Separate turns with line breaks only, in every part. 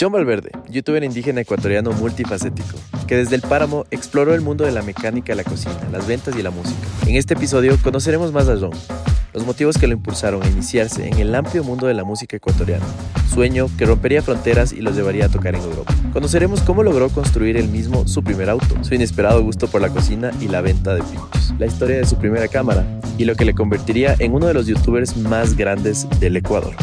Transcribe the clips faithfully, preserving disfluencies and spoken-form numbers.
John Valverde, youtuber indígena ecuatoriano multifacético, que desde el páramo exploró el mundo de la mecánica, la cocina, las ventas y la música. En este episodio conoceremos más a John, los motivos que lo impulsaron a iniciarse en el amplio mundo de la música ecuatoriana, sueño que rompería fronteras y los llevaría a tocar en Europa. Conoceremos cómo logró construir él mismo su primer auto, su inesperado gusto por la cocina y la venta de pinchos, la historia de su primera cámara y lo que le convertiría en uno de los youtubers más grandes del Ecuador.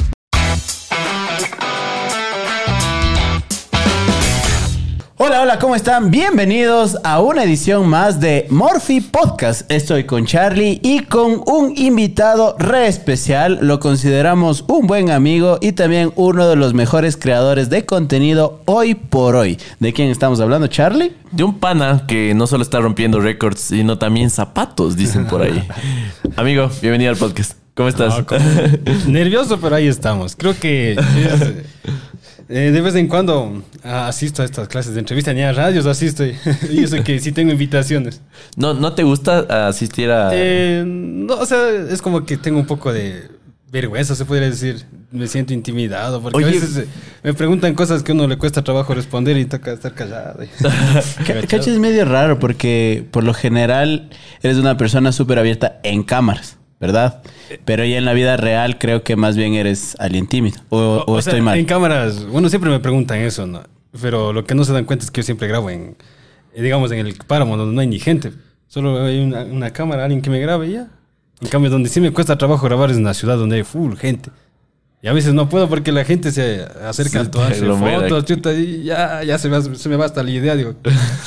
Hola, hola, ¿cómo están? Bienvenidos a una edición más de Morphy Podcast. Estoy con Charlie y con un invitado re especial. Lo consideramos un buen amigo y también uno de los mejores creadores de contenido hoy por hoy. ¿De quién estamos hablando, Charlie?
De un pana que no solo está rompiendo récords, sino también zapatos, dicen por ahí. Amigo, bienvenido al podcast. ¿Cómo estás?
No, como... Nervioso, pero ahí estamos. Creo que... Es... Eh, de vez en cuando asisto a estas clases de entrevista, ni a radios asisto y, y eso que sí tengo invitaciones.
¿No, ¿No te gusta asistir a...?
Eh, no, o sea, es como que tengo un poco de vergüenza, se podría decir. Me siento intimidado porque Oye, a veces me preguntan cosas que a uno le cuesta trabajo responder y toca estar callado.
Cacho, es medio raro porque por lo general eres una persona súper abierta en cámaras, ¿verdad? Pero ya en la vida real creo que más bien eres alguien tímido. ¿O, o, o estoy
sea,
mal?
En cámaras, bueno, siempre me preguntan eso, ¿no? Pero lo que no se dan cuenta es que yo siempre grabo en, digamos, en el páramo, donde no hay ni gente. Solo hay una, una cámara, alguien que me grabe y ya. En cambio, donde sí me cuesta trabajo grabar es en la ciudad donde hay full gente. Y a veces no puedo porque la gente se acerca a todas sus fotos, chuta, y ya, ya se, me, se me va hasta la idea, digo.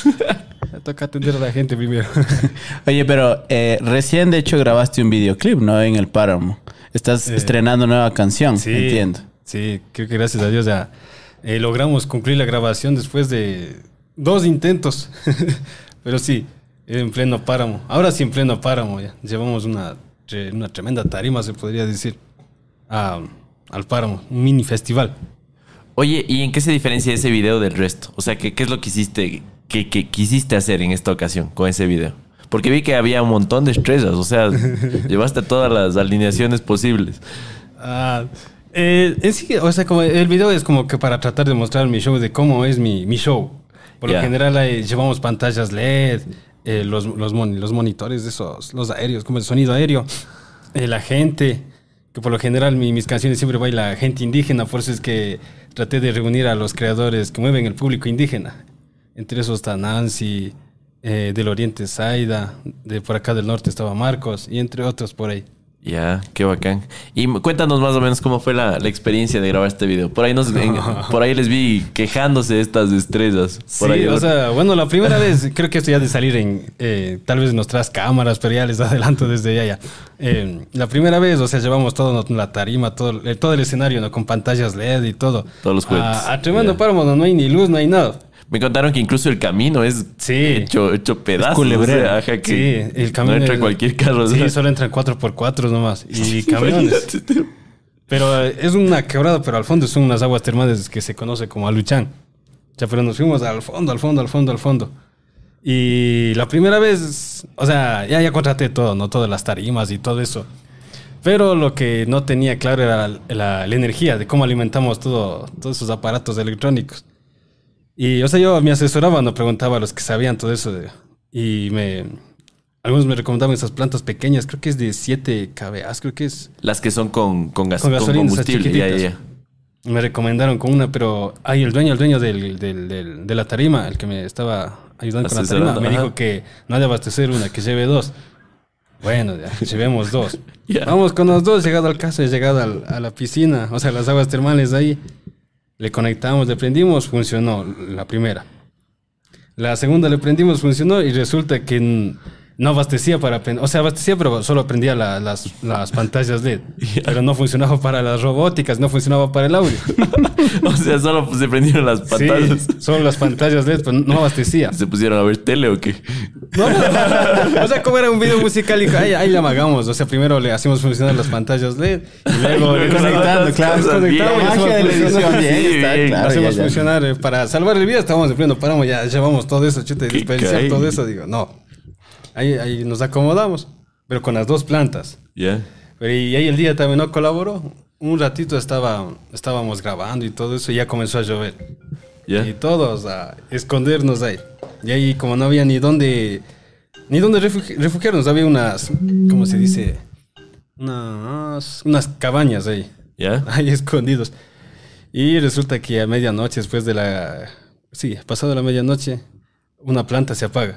Toca atender a la gente primero.
Oye, pero eh, recién de hecho grabaste un videoclip, ¿no? En el páramo. Estás eh, estrenando nueva canción,
sí,
entiendo.
Sí, creo que gracias a Dios ya eh, logramos concluir la grabación después de dos intentos. Pero sí, en pleno páramo. Ahora sí en pleno páramo ya. Llevamos una, una tremenda tarima, se podría decir, a, al páramo. Un mini festival.
Oye, ¿y en qué se diferencia ese video del resto? O sea, ¿qué, qué es lo que hiciste... ¿Qué, ¿Qué quisiste hacer en esta ocasión con ese video? Porque vi que había un montón de estrellas, o sea, llevaste todas las alineaciones posibles.
Ah, eh, en sí, o sea, como el video es como que para tratar de mostrar mi show, de cómo es mi, mi show. Por yeah. lo general eh, llevamos pantallas L E D, eh, los, los, mon los monitores de esos, los aéreos, como el sonido aéreo, eh, la gente, que por lo general mi, mis canciones siempre baila gente indígena, por eso es que traté de reunir a los creadores que mueven el público indígena. Entre esos está Nancy, eh, del oriente Zaida, de por acá del norte estaba Marcos, y entre otros por ahí.
Ya, yeah, qué bacán. Y cuéntanos más o menos cómo fue la, la experiencia de grabar este video. Por ahí nos, en, por ahí les vi quejándose de estas estrellas. Por
sí,
ahí,
o sea, bueno, la primera vez, creo que esto ya de salir en, eh, tal vez en nuestras cámaras, pero ya les adelanto desde ya, ya. Eh, la primera vez, o sea, llevamos todo, la tarima, todo, eh, todo el escenario, ¿no? Con pantallas L E D y todo.
Todos los juguetes.
A, a tremendo yeah. páramo, no hay ni luz, no hay nada.
Me contaron que incluso el camino es sí. hecho, hecho pedazos.
Culebrero.
O sea, ajá, que
sí, el camino.
No entra es, cualquier carro.
Sí, solo entran cuatro por cuatro nomás. Y camiones. Pero es una quebrada, pero al fondo son unas aguas termales que se conoce como Aluchán. O sea, pero nos fuimos al fondo, al fondo, al fondo, al fondo. Y la primera vez, o sea, ya, ya contraté todo, ¿no? Todas las tarimas y todo eso. Pero lo que no tenía claro era la, la, la energía de cómo alimentamos todo, todos esos aparatos electrónicos. Y, o sea, yo me asesoraba, no preguntaba a los que sabían todo eso. De, y me... Algunos me recomendaban esas plantas pequeñas, creo que es de siete kilómetros, creo que es...
Las que son con, con, gas,
con gasolina,
con combustible. Ya, ya, ya.
Me recomendaron con una, pero... Ay, el dueño, el dueño del, del, del, de la tarima, el que me estaba ayudando con la tarima, me dijo que no ha de abastecer una, que lleve dos. Bueno, ya, llevemos dos. Yeah. Vamos con los dos, llegado al caso, he llegado al, a la piscina, o sea, las aguas termales ahí. Le conectamos, le prendimos, funcionó la primera. La segunda le prendimos, funcionó y resulta que no abastecía para... O sea, abastecía, pero solo prendía la, las, las pantallas L E D. Yeah. Pero no funcionaba para las robóticas, no funcionaba para el audio.
O sea, solo se prendieron las pantallas.
Sí, solo las pantallas L E D, pero no abastecía.
¿Se pusieron a ver tele o qué?
No, no. O sea, como era un video musical, dijo, ahí, ahí la amagamos. O sea, primero le hacemos funcionar las pantallas L E D y luego le conectando, claro, conectamos. Magia de la edición, bien, sí, está, bien, claro, hacemos ya, ya. funcionar. Eh, para salvar el video estábamos de pleno, paramos, ya llevamos todo eso, chuta, y desperdiciar todo eso. Digo, no. Ahí, ahí nos acomodamos, pero con las dos plantas.
Yeah.
Pero y ahí el día también no colaboró. Un ratito estaba, estábamos grabando y todo eso y ya comenzó a llover.
Yeah.
Y todos a escondernos ahí. Y ahí como no había ni dónde, ni dónde refugi- refugiarnos, había unas, ¿cómo se dice? Unas, unas cabañas ahí.
¿Ya?
Ahí escondidos. Y resulta que a medianoche, después de la... Sí, pasado la medianoche, una planta se apaga.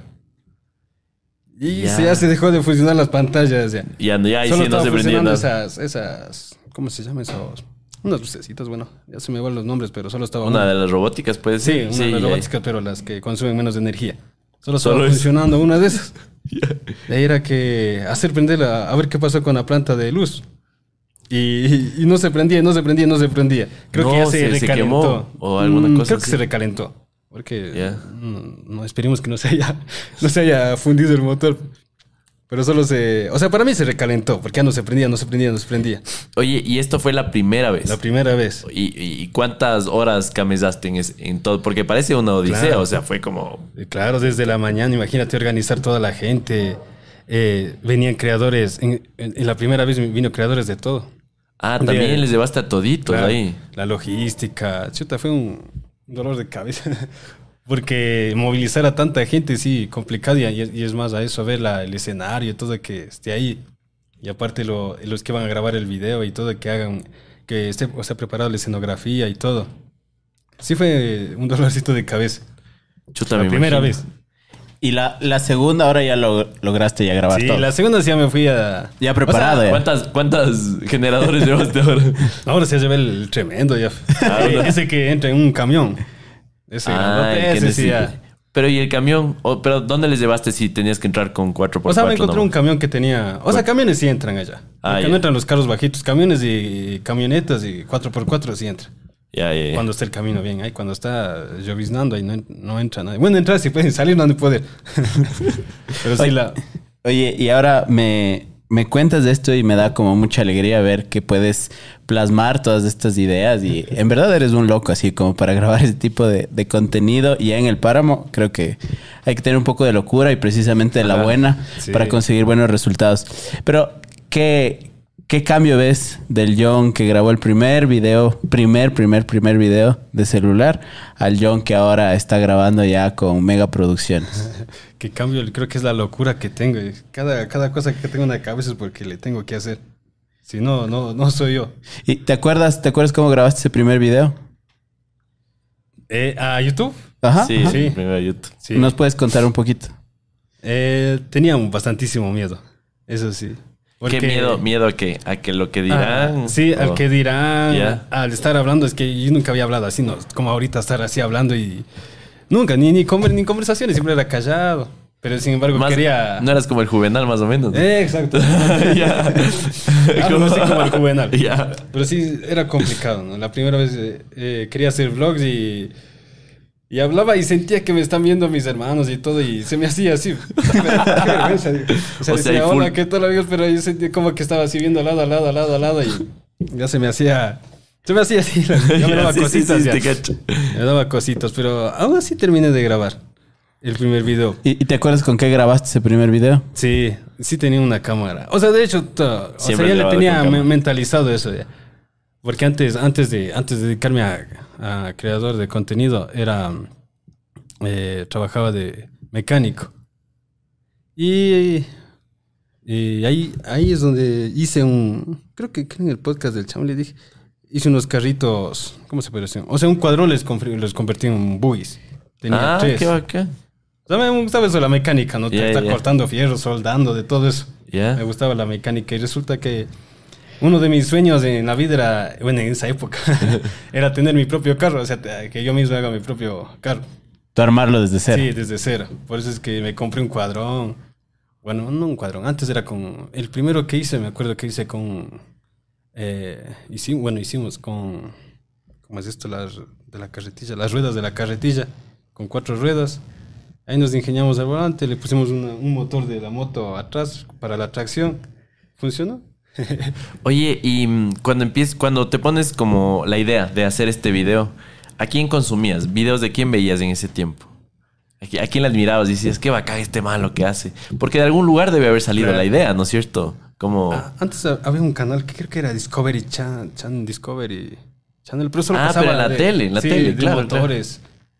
Y
Ya.
se, ya se dejó de funcionar las pantallas. Ya,
Ya, ya ahí
Solo
sí no
estaba
se prendía
funcionando
nada.
esas, esas... ¿Cómo se llaman esos? Unas lucecitas, bueno, ya se me van los nombres, pero solo estaba...
Una de las robóticas puede
Sí,
ser.
una de las
ya.
robóticas, pero las que consumen menos energía. Solo
Solo
estaba
es-
funcionando una de esas. De ahí era que hacer prenderla, a ver qué pasó con la planta de luz. Y, y- y no se prendía, no se prendía, no se prendía. Creo que
No,
ya se,
se- se
recalentó.
quemó o alguna
Mm,
cosa
Creo que
así.
se recalentó. Porque
Ya.
no, no, esperemos que no se haya, no se haya fundido el motor. Pero solo se... O sea, para mí se recalentó, porque ya no se prendía, no se prendía, no se prendía.
Oye, y esto fue la primera vez.
La primera vez.
¿Y, y- y cuántas horas camezaste en, es- en todo? Porque parece una odisea,
Claro.
o sea, fue como...
Y claro, desde la mañana, imagínate organizar toda la gente. Eh, venían creadores. En, en- en la primera vez vino creadores de todo.
Ah,
De-
también les llevaste a toditos
Claro,
ahí.
la logística. Chuta, fue un dolor de cabeza. Porque movilizar a tanta gente, sí, complicado. Y, y es más a eso, a ver la- el escenario y todo que esté ahí. Y aparte lo- los que van a grabar el video y todo, que hagan, que esté, o sea, preparado la escenografía y todo. Sí fue un dolorcito de cabeza.
Chuta,
la
me
primera
imagino.
vez.
Y la, la segunda ahora ya lo lograste ya grabar
Sí,
todo.
la segunda sí ya me fui a...
Ya preparado, ya.
¿Cuántas, ¿Cuántas generadores llevaste ahora?
Ahora se lleva el tremendo ya.
Ah,
Eh,
bueno.
ese que entra en un camión. Ese
Ah,
grandote,
el que
ese sí
necesita.
ya.
Pero ¿y el camión? O- ¿Pero dónde les llevaste si tenías que entrar con cuatro por
O sea, me
cuatro
encontré un
nomás?
camión que tenía... O sea, camiones sí entran allá.
Ah,
Porque
ya.
no entran los carros bajitos. Camiones y camionetas y cuatro por cuatro sí entran.
Ya, ya, ya.
Cuando está el camino bien. Ahí cuando está lloviznando ahí no, en- no entra nadie. Bueno, entrar si pueden salir, no han de poder. Pero sí la...
Oye, y ahora me, me cuentas de esto y me da como mucha alegría ver que puedes plasmar todas estas ideas y en verdad eres un loco así como para grabar ese tipo de, de contenido y ya en el páramo creo que hay que tener un poco de locura y precisamente de la
Ajá.
buena
Sí.
para conseguir buenos resultados. Pero, ¿qué, qué cambio ves del John que grabó el primer video, primer, primer, primer video de celular al John que ahora está grabando ya con mega producciones?
Que cambio, creo que es la locura que tengo. Cada, cada cosa que tengo en la cabeza es porque le tengo que hacer. Si no, no, no soy yo.
¿Y te acuerdas, te acuerdas cómo grabaste ese primer video?
Eh, ¿A YouTube?
Ajá.
Sí,
ajá.
sí.
Sí.
Primero YouTube.
Sí.
¿Nos puedes contar un poquito?
Eh, tenía un bastantísimo miedo. Eso sí.
¿Qué
Porque-
miedo? ¿Miedo a qué? ¿A que lo que dirán?
Ah, sí, al
O-
que dirán,
Ya.
al estar hablando, es que yo nunca había hablado así, no, como ahorita estar así hablando y nunca, ni, ni, conver- ni conversaciones, siempre era callado, pero sin embargo
Más-
quería...
No eras como el Juvenal, más o menos. ¿no?
Eh, exacto.
Ya.
Algo así como el Juvenal.
Ya.
Pero sí, era complicado, ¿no? La primera vez eh, eh, quería hacer vlogs y... Y hablaba y sentía que me están viendo mis hermanos y todo, y se me hacía así. Qué vergüenza, digo. O sea,
O sea,
decía,
hay full-
hola, ¿qué tal, amigos? Pero yo sentía como que estaba así viendo al lado, al lado, al lado, al lado, y ya se me hacía... Se me hacía así, ya me daba
Sí, sí,
cositas.
sí,
ya.
te cacho.
Me daba cositas, pero aún así terminé de grabar el primer video.
¿Y, y te acuerdas con qué grabaste ese primer video?
Sí, sí tenía una cámara. O sea, de hecho, to- o sea,
Siempre
ya le
grabado
tenía
con
me-
cámara.
mentalizado eso ya. Porque antes, antes de, antes de dedicarme a, a creador de contenido, era eh, trabajaba de mecánico. Y, y ahí, ahí es donde hice un, creo que, creo en el podcast del Chamo le dije, hice unos carritos, ¿cómo se puede decir? O sea, un cuadrón les, conf- los convertí en buggies. Tenía
Ah,
tres.
qué bacán.
O sea, me gustaba eso, la mecánica, ¿no?
Ya,
Estar
ya.
cortando fierros, soldando, de todo eso.
Ya.
Me gustaba la mecánica y resulta que uno de mis sueños en la vida era, bueno, en esa época, era tener mi propio carro, o sea, te- que yo mismo haga mi propio carro.
Tú armarlo desde cero.
Sí, desde cero. Por eso es que me compré un cuadrón. Bueno, no un cuadrón, antes era con... El primero que hice, me acuerdo que hice con... Eh, hicimos, bueno, hicimos con... ¿Cómo es esto? Las, de la carretilla, las ruedas de la carretilla, con cuatro ruedas. Ahí nos ingeniamos al volante, le pusimos una- un motor de la moto atrás para la tracción. ¿Funcionó?
Oye, y mm, cuando empiezas, cuando te pones como la idea de hacer este video, ¿a quién consumías? ¿Videos de quién veías en ese tiempo? ¿A qui- a quién le admirabas? Decías, qué bacán este man lo que hace. Porque de algún lugar debe haber salido
Claro.
la idea, ¿no es cierto? Como...
Ah, antes ha- había un canal que creo que era Discovery Chan, Chan Discovery Channel, pero solo
Ah,
pasaba
pero en la
de-
tele, en la
sí,
tele,
de
claro,
motores.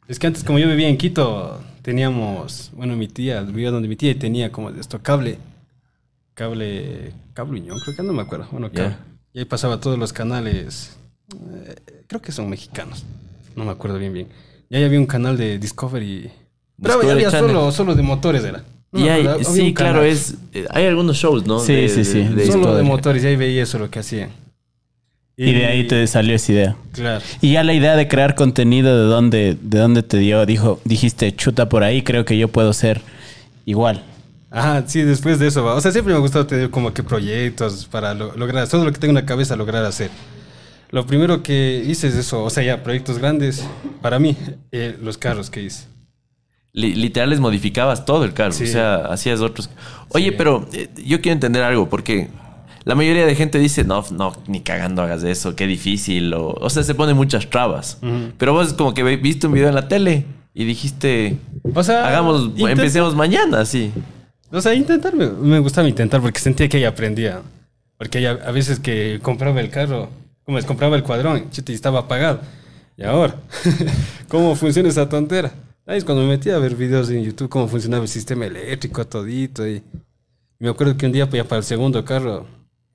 Es que antes, como yo vivía en Quito, teníamos, bueno, mi tía, vivía donde mi tía y tenía como esto, cable, cable, cable Unión, creo que no me acuerdo, bueno, cable. Yeah. Y ahí pasaba todos los canales, eh, creo que son mexicanos, no me acuerdo bien bien. Y ahí había un canal de Discovery, pero Discovery había solo, solo de motores era. No,
y hay, sí, claro, es, hay algunos shows, ¿no?
Sí,
de,
sí, sí.
De, de
solo
Discovery.
de motores, y ahí veía eso lo que hacían.
Y, y de ahí te salió esa idea.
Claro.
Y ya la idea de crear contenido, ¿de dónde, de dónde te dio? Dijo, dijiste, chuta por ahí, creo que yo puedo ser igual.
Ajá, sí, después de eso, va. O sea, siempre me ha gustado tener como que proyectos para lo, lograr, todo lo que tengo en la cabeza lograr hacer. Lo primero que hice es eso, o sea, ya proyectos grandes, para mí, eh, los carros que hice.
Literal les modificabas todo el carro, sí. O sea, hacías otros. Oye, sí. pero eh, yo quiero entender algo, porque la mayoría de gente dice, no, no, ni cagando hagas eso, qué difícil. O, o sea, se ponen muchas trabas. Uh-huh. Pero vos como que viste un video en la tele y dijiste, o sea, hagamos, intent- empecemos mañana, sí.
O sea, intentar, me, me gustaba intentar porque sentía que ahí aprendía. Porque hay a, a veces que compraba el carro, como es, compraba el cuadrón, chute, y estaba apagado. Y ahora, ¿cómo funciona esa tontera? Ahí es cuando me metí a ver videos en YouTube, cómo funcionaba el sistema eléctrico, todito. Y me acuerdo que un día, pues, ya para el segundo carro,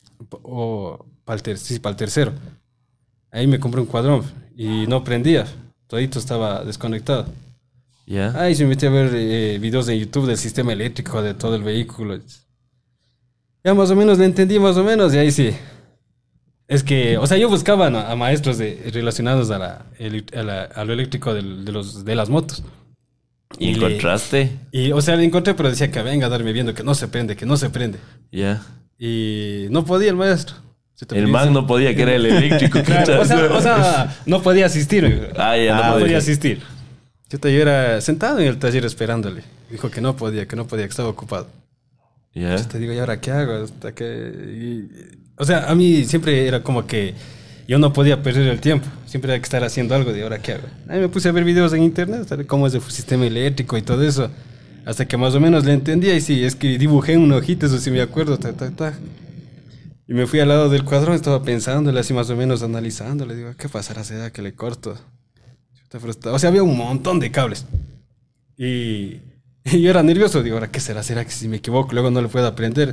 o para el, ter- sí, para el tercero, ahí me compré un cuadrón y no prendía, todito estaba desconectado.
Yeah.
Ahí se me metí a ver eh, videos en YouTube del sistema eléctrico de todo el vehículo. Ya más o menos le entendí, más o menos, y ahí sí. Es que, o sea, yo buscaba ¿no? a maestros de, relacionados a, la, a, la, a lo eléctrico de, de, los, de las motos.
¿Y encontraste?
Le, y, o sea, le encontré, pero decía que venga a darme viendo que no se prende, que no se prende.
Ya. Yeah.
Y no podía el maestro.
El man no podía, que era el eléctrico.
Claro, o, sea, o sea, no podía asistir.
Ah, ya no,
ah,
podía.
podía asisir. Yo, yo era sentado en el taller esperándole. Dijo que no podía, que no podía, que estaba ocupado.
Yeah.
Yo te digo, ¿y ahora qué hago? Hasta que... Y, o sea, a mí siempre era como que yo no podía perder el tiempo. Siempre había que estar haciendo algo de ahora qué hago. Ahí me puse a ver videos en internet, ¿sabes? Cómo es el sistema eléctrico y todo eso. Hasta que más o menos le entendía. Y sí, es que dibujé un ojito, eso sí me acuerdo. Ta, ta, ta. Y me fui al lado del cuadrón, estaba pensándole así más o menos, analizándole. Digo, ¿qué pasará? ¿Será que le corto? O sea, había un montón de cables. Y, y yo era nervioso. Digo, ¿ahora qué será? ¿Será que si me equivoco luego no le puedo aprender?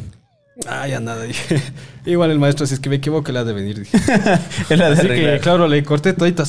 Ah, ya nada. Dije. Igual el maestro, si es que me equivoco, él ha de venir. Dije. Él ha de Así arreglar. Que, claro, le corté todito.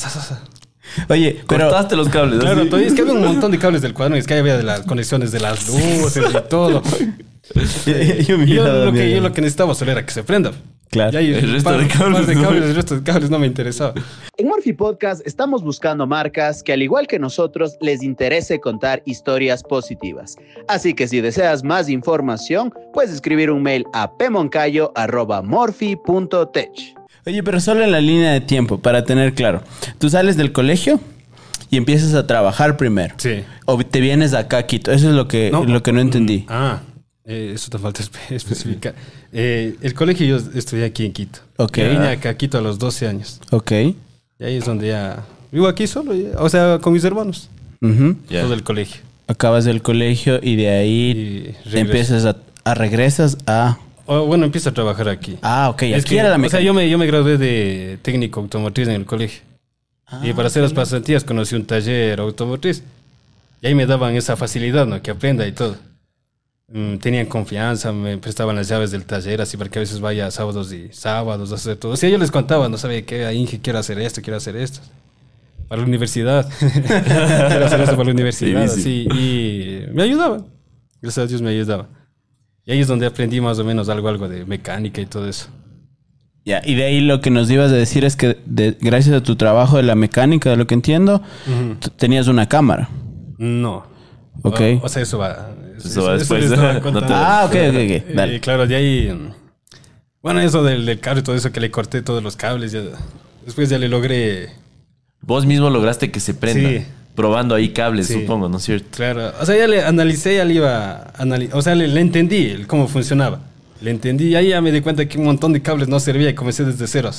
Oye, pero...
cortaste los cables.
Claro, todavía, es que había un montón de cables del cuadrón. Es que había de las conexiones de las luces y todo. yo, yo, yo, lo que, yo lo que necesitaba solo era que se prenda.
Claro.
Y ahí,
el resto
par,
de cables,
de
no.
cables, el resto de cables no me interesaba.
En Morphy Podcast estamos buscando marcas que al igual que nosotros les interese contar historias positivas. Así que si deseas más información, puedes escribir un mail a pemoncayo arroba morphy punto tech.
Oye, pero solo en la línea de tiempo, para tener claro. Tú sales del colegio y empiezas a trabajar primero.
Sí.
O te vienes acá a Quito. Eso es lo que no, lo que no entendí.
Ah, eh, eso te falta espe- especificar. Eh, el colegio yo estudié aquí en Quito.
Ok.
Yo vine acá a Quito a los doce años.
Ok.
Y ahí es donde ya... Vivo aquí solo, ya, o sea, con mis hermanos.
Uh-huh.
Yeah. Todo el colegio.
Acabas del colegio y de ahí y te empiezas a, a... regresas a...
Oh, bueno, empiezo a trabajar aquí.
Ah, ok.
Es
aquí
que,
era la
o sea, yo me, yo me gradué de técnico automotriz en el colegio. Ah, y para hacer las pasantías conocí un taller automotriz. Y ahí me daban esa facilidad, ¿no? Que aprenda y todo. Mm, tenían confianza, me prestaban las llaves del taller, así para que a veces vaya sábados y sábados a hacer todo. O sea, yo les contaba, no sabía qué, Inge, quiero hacer esto, quiero hacer esto. Para la universidad. Quiero hacer esto para la universidad, sí, sí. Así. Y me ayudaban. Gracias a Dios me ayudaban. Y ahí es donde aprendí más o menos algo, algo de mecánica y todo eso.
Ya, y de ahí lo que nos ibas a decir es que de, gracias a tu trabajo de la mecánica, de lo que entiendo, uh-huh. t- tenías una cámara.
No.
Ok.
O, o sea, eso va...
Eso, eso va después. Eso
no te... Ah, ok, ok, ok. Dale.
Y claro, de ahí... Bueno, eso del, del cable y todo eso que le corté todos los cables, ya, después ya le logré...
Vos mismo lograste que se prenda. Sí. Probando ahí cables, sí. Supongo, ¿no es cierto?
Claro. O sea, ya le analicé, ya le iba... Analiz- o sea, le, le entendí el, cómo funcionaba. Le entendí y ahí ya me di cuenta que un montón de cables no servía y comencé desde cero.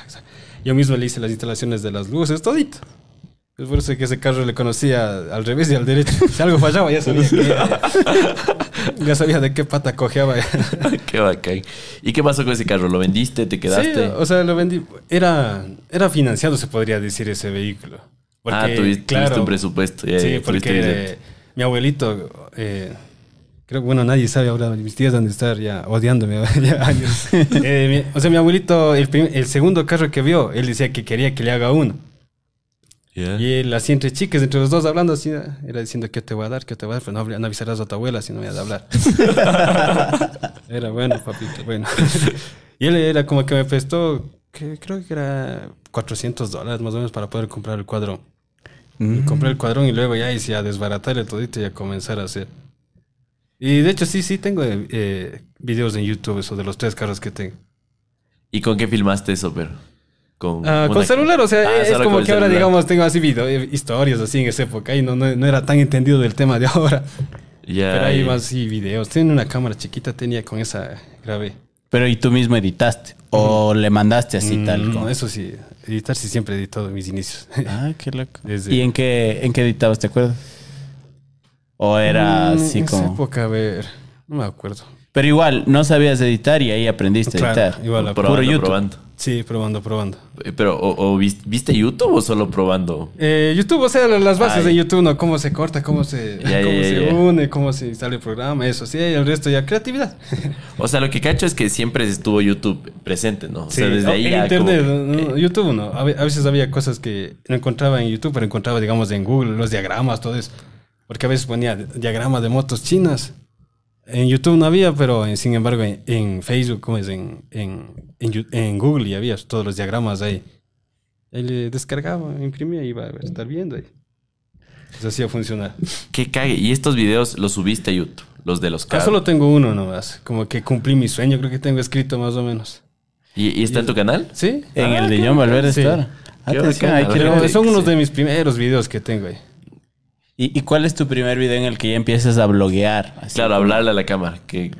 Yo mismo le hice las instalaciones de las luces, todito. Es por eso que ese carro le conocía al revés y al derecho. Si algo fallaba ya sabía que, ya sabía de qué pata cojeaba.
Qué bacán. ¿Y qué pasó con ese carro? ¿Lo vendiste? ¿Te quedaste?
Sí, o sea, lo vendí. Era, era financiado, se podría decir, ese vehículo. Porque,
ah, tuviste,
claro,
tuviste un presupuesto. Ya,
sí,
ya,
porque eh, mi abuelito, eh, creo que bueno, nadie sabe ahora, mis tías han de estar ya odiándome ya años. eh, mi, o sea, mi abuelito, el, prim, el segundo carro que vio, él decía que quería que le haga uno. Yeah. Y él así entre chicas, entre los dos hablando así, era diciendo que te voy a dar, que te voy a dar, pero no, no avisarás a tu abuela si no me vas a hablar. Era bueno, papito, bueno. Y él era como que me prestó, que creo que era cuatrocientos dólares más o menos para poder comprar el cuadrón. Mm. Compré el cuadrón y luego ya hice a desbaratar el todito y a comenzar a hacer. Y de hecho sí, sí tengo eh, videos en YouTube, eso de los tres carros que tengo.
¿Y con qué filmaste eso, pero? Con,
ah,
una...
con celular, o sea, ah, es como que ahora, celular. digamos, tengo así video, historias así en esa época y no, no, no era tan entendido del tema de ahora. Yeah, pero ahí yeah. más sí videos. Tenía una cámara chiquita, tenía con esa grabé.
Pero ¿y tú mismo editaste? ¿O mm. le mandaste así mm, tal?
No, eso sí, editar sí siempre he editado en mis inicios.
Ah, qué loco. Desde... ¿Y en qué, en qué editabas, te acuerdas? ¿O era mm, así
en
como...?
En esa época, a ver, no me acuerdo.
Pero igual, no sabías editar y ahí aprendiste
claro,
a editar.
Igual,
probando,
puro YouTube.
Probando.
Sí, probando, probando.
Pero, o, o ¿viste YouTube o solo probando?
Eh, YouTube, o sea, las bases Ay. de YouTube, ¿no? Cómo se corta, cómo se,
ya,
cómo
ya,
se
ya.
une, cómo se instala el programa, eso. Sí, y el resto ya, creatividad.
O sea, lo que cacho es que siempre estuvo YouTube presente, ¿no? O
sí,
sea, desde ahí
en
ya
internet,
como...
no, YouTube, ¿no? A veces había cosas que no encontraba en YouTube, pero encontraba, digamos, en Google, los diagramas, todo eso. Porque a veces ponía diagramas de motos chinas. En YouTube no había, pero en, sin embargo en, en Facebook, como es en, en, en, en Google, ya había todos los diagramas ahí. Ahí le descargaba, imprimía y iba a estar viendo ahí. Eso hacía funcionar.
Qué cague. ¿Y estos videos los subiste a YouTube? Los de los carros.
Ah, solo tengo uno nomás. Como que cumplí mi sueño, creo que tengo escrito más o menos.
¿Y, y está y, en tu canal?
Sí.
En ah, el de John Valverde sí. está.
Atención, hay que ver. Son unos de mis primeros videos que tengo ahí.
¿Y, ¿Y cuál es tu primer video en el que ya empiezas a bloguear?
Así claro, como... hablarle a la cámara. Que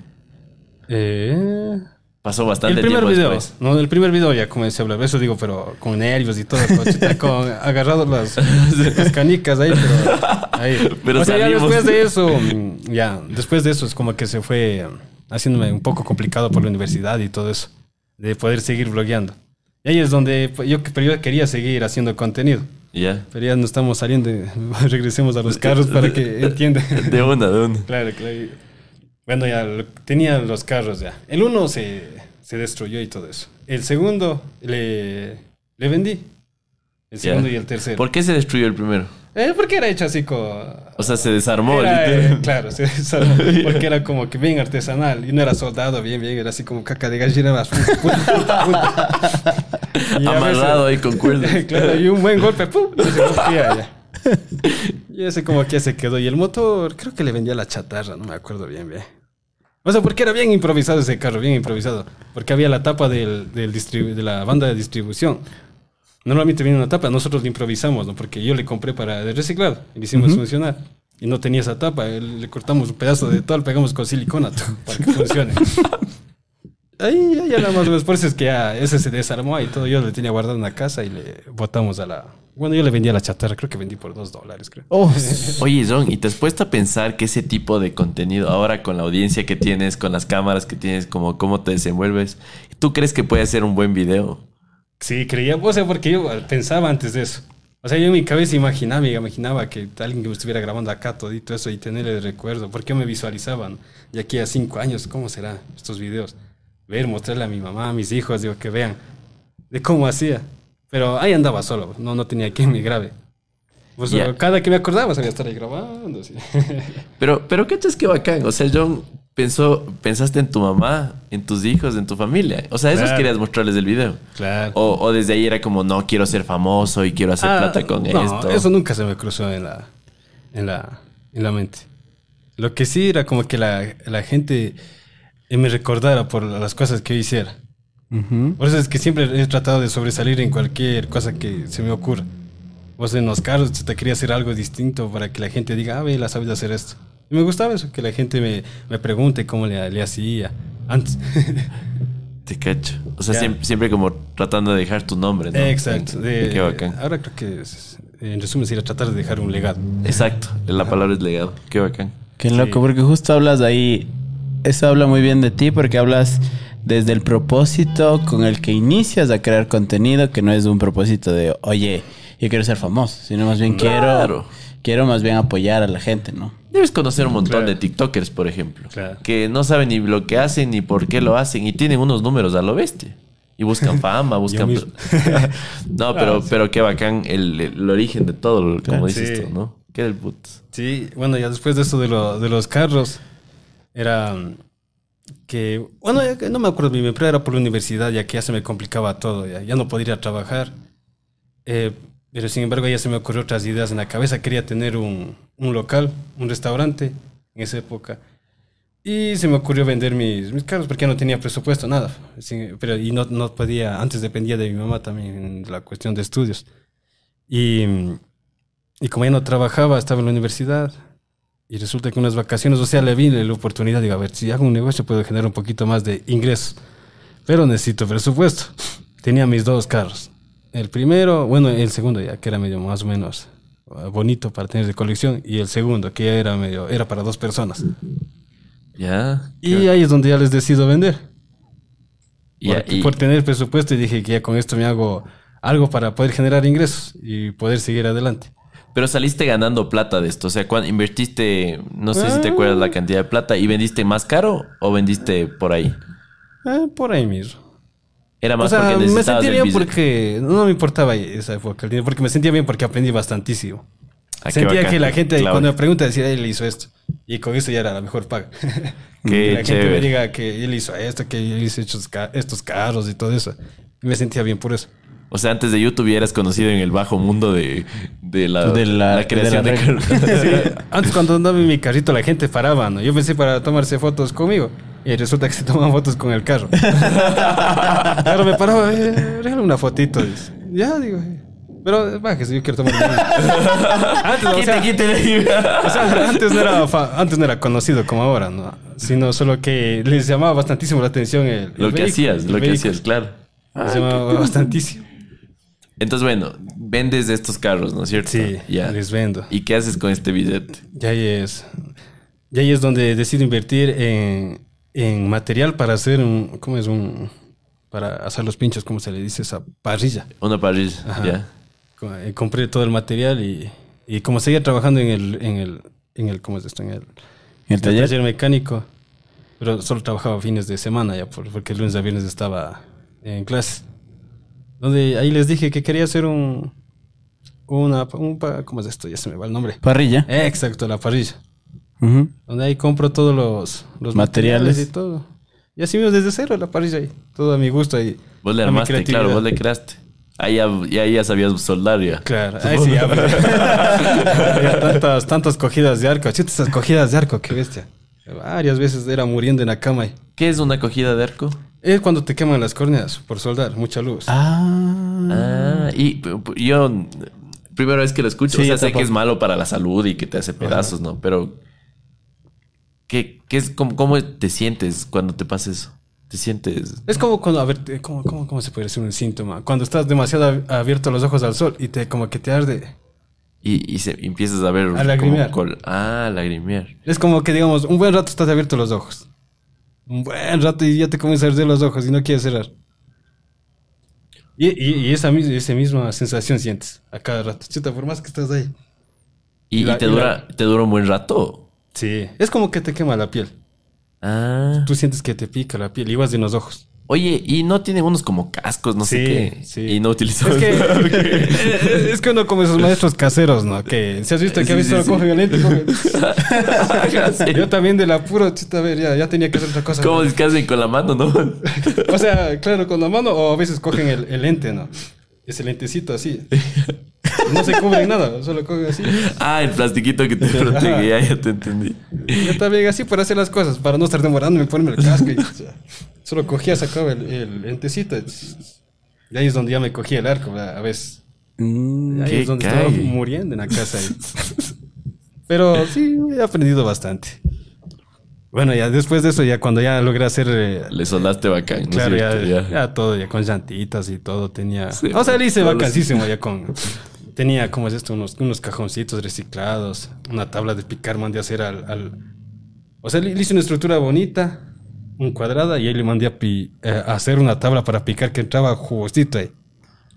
eh...
pasó bastante
el primer
tiempo
video,
después.
No, el primer video ya comencé a hablar. Eso digo, pero con nervios y todo. Con agarrado las, las canicas ahí, pero ahí.
Pero
o sea, ya después de eso, ya, después de eso es como que se fue haciéndome un poco complicado por la universidad y todo eso. De poder seguir blogueando. Y ahí es donde yo, pero yo quería seguir haciendo contenido.
Yeah.
Pero ya no estamos saliendo, regresemos a los carros para que entiendan.
De una, de una.
Claro, claro. Bueno, ya lo, tenía los carros ya. El uno se, se destruyó y todo eso. El segundo le, le vendí. El segundo yeah. y el tercero.
¿Por qué se destruyó el primero?
Eh, porque era hecho así como...
O sea, se desarmó.
Era, eh, claro, se desarmó. Porque era como que bien artesanal. Y no era soldado bien, bien. Era así como caca de gallina. Más, punta, punta, punta.
Amarrado veces, ahí con cuerdas.
Claro, y un buen golpe. ¡Pum! Y se rompía ya. Y ese como que se quedó. Y el motor, creo que le vendía la chatarra. No me acuerdo bien, bien. O sea, porque era bien improvisado ese carro. Bien improvisado. Porque había la tapa del, del distribu- de la banda de distribución. Normalmente viene una tapa, nosotros le improvisamos, ¿no? Porque yo le compré para de reciclado y le hicimos uh-huh. funcionar. Y no tenía esa tapa, le cortamos un pedazo de todo, le pegamos con silicona para que funcione. Ahí ya, ya nada más, por eso es que ya ese se desarmó y todo. Yo le tenía guardado en una casa y le botamos a la... Bueno, yo le vendía la chatarra, creo que vendí por dos dólares, creo.
Oh. Oye, John, ¿y te has puesto a pensar que ese tipo de contenido, ahora con la audiencia que tienes, con las cámaras que tienes, como cómo te desenvuelves, ¿tú crees que puede ser un buen video?
Sí, creía, o sea, porque yo pensaba antes de eso. O sea, yo en mi cabeza imaginaba, imaginaba que alguien que me estuviera grabando acá todito eso y tenerle de recuerdo. Porque yo me visualizaba, ¿no? Y aquí a cinco años, ¿cómo serán estos videos? Ver, mostrarle a mi mamá, a mis hijos, digo, que vean de cómo hacía. Pero ahí andaba solo, no, no tenía quien me grabe. Pues yeah. cada que me acordaba sabía estar ahí grabando. Así.
Pero, pero ¿qué es que bacán? O sea, John pensó, pensaste en tu mamá, en tus hijos, en tu familia. O sea, esos claro. querías mostrarles el video.
Claro.
O, o desde ahí era como, no, quiero ser famoso y quiero hacer ah, plata con
no,
esto.
Eso nunca se me cruzó en la, en la, en la mente. Lo que sí era como que la, la gente me recordara por las cosas que yo hiciera. Uh-huh. Por eso es que siempre he tratado de sobresalir en cualquier cosa que se me ocurra. O sea, en los carros te quería hacer algo distinto para que la gente diga, ah, ve, la sabes hacer esto. Y me gustaba eso, que la gente me, me pregunte cómo le, le hacía antes.
Te cacho. O sea, siempre, siempre como tratando de dejar tu nombre, ¿no?
Exacto. De,
Qué bacán.
Ahora creo que, es, en resumen, sería tratar de dejar un legado.
Exacto. La
Ajá.
palabra es legado. Qué bacán.
Qué loco, sí. Porque justo hablas de ahí. Eso habla muy bien de ti porque hablas desde el propósito con el que inicias a crear contenido, que no es un propósito de, oye, yo quiero ser famoso, sino más bien
Claro.
quiero, quiero más bien apoyar a la gente, ¿no?
Debes conocer un montón
Claro.
de TikTokers, por ejemplo,
Claro.
que no saben ni lo que hacen ni por qué lo hacen y tienen unos números a lo bestia. Y buscan fama, buscan...
mismo.
no, pero,
Ah, sí.
pero qué bacán el, el origen de todo, como
Claro.
dices
Sí.
tú, ¿no? Qué del puto.
Sí, bueno, ya después de eso de, lo, de los carros, era mm, que, bueno, ya que no me acuerdo bien, pero era por la universidad, ya que ya se me complicaba todo, ya, ya no podía ir a trabajar. Eh, pero sin embargo, ya se me ocurrió otras ideas en la cabeza. Quería tener un, un local, un restaurante en esa época. Y se me ocurrió vender mis, mis carros porque ya no tenía presupuesto, nada. Sin- pero, y no, no podía, antes dependía de mi mamá también en la cuestión de estudios. Y, y como ya no trabajaba, estaba en la universidad. Y resulta que unas vacaciones, o sea, le vi la oportunidad, digo, a ver, si hago un negocio puedo generar un poquito más de ingresos. Pero necesito presupuesto. Tenía mis dos carros. El primero, bueno, el segundo ya, que era medio más o menos uh, bonito para tener de colección. Y el segundo, que ya era medio, era para dos personas.
Ya.
Y ahí es donde ya les decido vender.
Y,
por,
y-
por tener presupuesto, y dije que ya con esto me hago algo para poder generar ingresos y poder seguir adelante.
pero saliste ganando plata de esto. O sea, cuando invertiste, no sé si te acuerdas la cantidad de plata, ¿y vendiste más caro o vendiste por ahí?
Eh, por ahí mismo.
Era
O
más
sea,
porque
me
necesitabas
sentía
el
bien
business.
porque no me importaba esa época, el dinero, porque me sentía bien porque aprendí bastantísimo.
Ah, qué
Sentía
bacán.
que la gente
Claro.
cuando me pregunta decía, él hizo esto. Y con eso ya era la mejor paga.
Qué
que la gente
chévere.
me diga que él hizo esto, que él hizo estos, ca- estos carros y todo eso. Y me sentía bien por eso.
O sea, antes de YouTube ya eras conocido en el bajo mundo de, de, la,
De la-
la creación
de
de,
la
carros.
Sí, antes cuando andaba en mi carrito la gente paraba, ¿no? Yo pensé para tomarse fotos conmigo. Y resulta que se toman fotos con el carro. Claro, me paraba, eh, regala una fotito. Dice. Ya, digo. eh. Pero bájese, yo quiero tomar una. Antes, o sea,
Quite, quite de ahí.
o sea, antes no era fa- antes no era conocido como ahora, ¿no? Sino solo que les llamaba bastantísimo la atención el, el
Lo que
vehículo,
hacías,
el
lo que
vehículo.
hacías, claro.
Les llamaba bastantísimo.
Entonces, bueno, vendes estos carros, ¿no es cierto?
Sí,
Ya.
les vendo.
¿Y qué haces con este billete?
Y ahí es, y ahí es donde decido invertir en, en material para hacer un, ¿cómo es? Un, para hacer los pinchos, ¿cómo se le dice? Esa parrilla.
Una parrilla,
Ajá.
ya.
Co- eh, Compré todo el material y, y como seguía trabajando en el, en el, en el, ¿cómo es esto? En el,
¿En el taller?
mecánico, pero solo trabajaba fines de semana ya, por- porque el lunes a viernes estaba en clase. Donde ahí les dije que quería hacer un, una, un, pa- ¿cómo es esto? Ya se me va el nombre.
Parrilla.
Eh, exacto, la parrilla.
Ujú.
Donde ahí compro todos los, los
Materiales.
materiales y todo. Y así mismo desde cero la parrilla ahí. Todo a mi gusto ahí.
Vos le
a mi
armaste,
creatividad.
claro, vos le creaste. Ahí ya, ya, ya sabías soldar ya.
Claro, ahí sí, ya. pues. Había tantas, tantas cogidas de arco. Chute, esas cogidas de arco, qué bestia. Varias veces era muriendo en la cama ahí.
¿Qué es una cogida de arco?
Es cuando te queman las córneas por soldar, mucha luz.
Ah.
Ah, y p- p- yo, primera vez que lo escucho,
Sí,
o sea,
yo
sé
tampoco.
que es malo para la salud y que te hace pedazos, ¿no? Pero, ¿qué, qué es, cómo, cómo te sientes cuando te pasa eso? ¿Te sientes...?
Es como cuando, a ver, te- ¿cómo, cómo, cómo se puede decir un síntoma? Cuando estás demasiado ab- abierto los ojos al sol y te como que te arde.
Y, y, se, y empiezas a ver...
A lagrimear.
como col- ah, lagrimear.
Es como que, digamos, un buen rato estás abierto los ojos. Un buen rato y ya te comienza a arder los ojos y no quieres cerrar. Y, y, y esa, mis- esa misma sensación sientes a cada rato. Chuta, por más que estás ahí.
¿Y,
Y la-
y te,
y la-
dura, te dura un buen rato?
Sí. Es como que te quema la piel.
Ah.
Tú sientes que te pica la piel, igual de los ojos.
Oye, ¿y no tienen unos como cascos, no sé
Sí,
qué?
sí.
Y no utilizamos...
Es que, es que uno como esos maestros caseros, ¿no? Que si has visto que
Sí,
a veces
sí,
solo
sí.
cogen el lente y cogen.
Sí.
Yo también del apuro, chuta, a ver, ya, ya tenía que hacer otra cosa.
¿Cómo descansen con la mano, no?
O sea, claro, con la mano o a veces cogen el, el lente, ¿no? Ese lentecito así. No se cubre nada, solo cogen así.
Ah, el plastiquito que te protege, ya, ya te entendí.
Yo también así para hacer las cosas, para no estar demorándome, ponerme el casco. Y, o sea, solo cogía, sacaba el, el lentecito. Y ahí es donde ya me cogía el arco, ¿verdad? A veces.
Mm.
Ahí
Qué
es donde estaba
cague.
muriendo en la casa. ahí. Pero sí, he aprendido bastante. Bueno, ya después de eso, ya cuando ya logré hacer... eh,
Le soldaste bacán, ¿no?
claro,
es
ya,
cierto?
ya todo, ya con llantitas y todo tenía...
Sí,
o sea, le hice
todos los-
vacancísimo ya con... Tenía, ¿cómo es esto? Unos, unos cajoncitos reciclados, una tabla de picar, mandé a hacer al... al- o sea, le, le hice una estructura bonita, un cuadrada, y ahí le mandé a, pi- eh, a hacer una tabla para picar que entraba jugosito ahí.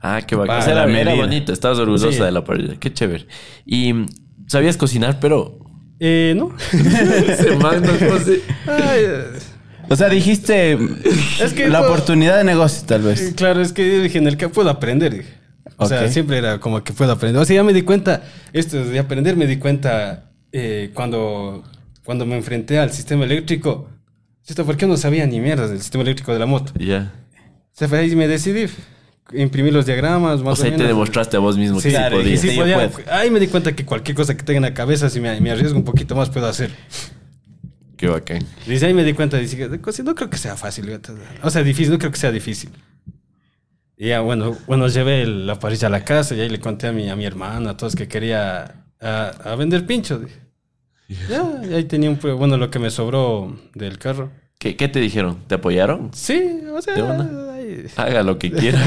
Ah, qué bacán.
Va,
O sea,
la
era, era
medida.
bonito, estabas orgullosa
Sí.
de la parrilla. Qué chévere. Y mm, sabías cocinar, pero...
Eh, ¿no?
Se manda, José.
Ay, eh,
O sea, dijiste
Es que
la
puedo-
oportunidad de negocio, tal
eh,
vez.
claro, es que dije, en el que puedo aprender. Dije. O sea,
Ok.
siempre era como que puedo aprender. O sea, ya me di cuenta, esto de aprender, me di cuenta eh, cuando, cuando me enfrenté al sistema eléctrico. Esto, ¿por qué no sabía ni mierda del sistema eléctrico de la moto?
Ya.
O sea, fue ahí me decidí. Imprimí los diagramas, más
O sea, ahí te
menos.
demostraste a vos mismo
Sí,
que sí
claro,
podías.
y sí
Sí, yo
podía.
puedo.
Ahí me di cuenta que cualquier cosa que tenga en la cabeza, si me, me arriesgo un poquito más, puedo hacer.
Qué bacán.
Desde ahí me di cuenta, dije, de cocina no creo que sea fácil. gato. O sea, difícil, no creo que sea difícil. Y ya, bueno, bueno llevé el- la parrilla a la casa y ahí le conté a mi, a mi hermana, a todos que quería a, a vender pinchos. Dije. Ya, y ahí tenía un, pro- bueno, lo que me sobró del carro.
¿Qué, qué te dijeron? ¿Te apoyaron?
Sí, o sea,
¿De una?
ahí-
Haga lo que quiera.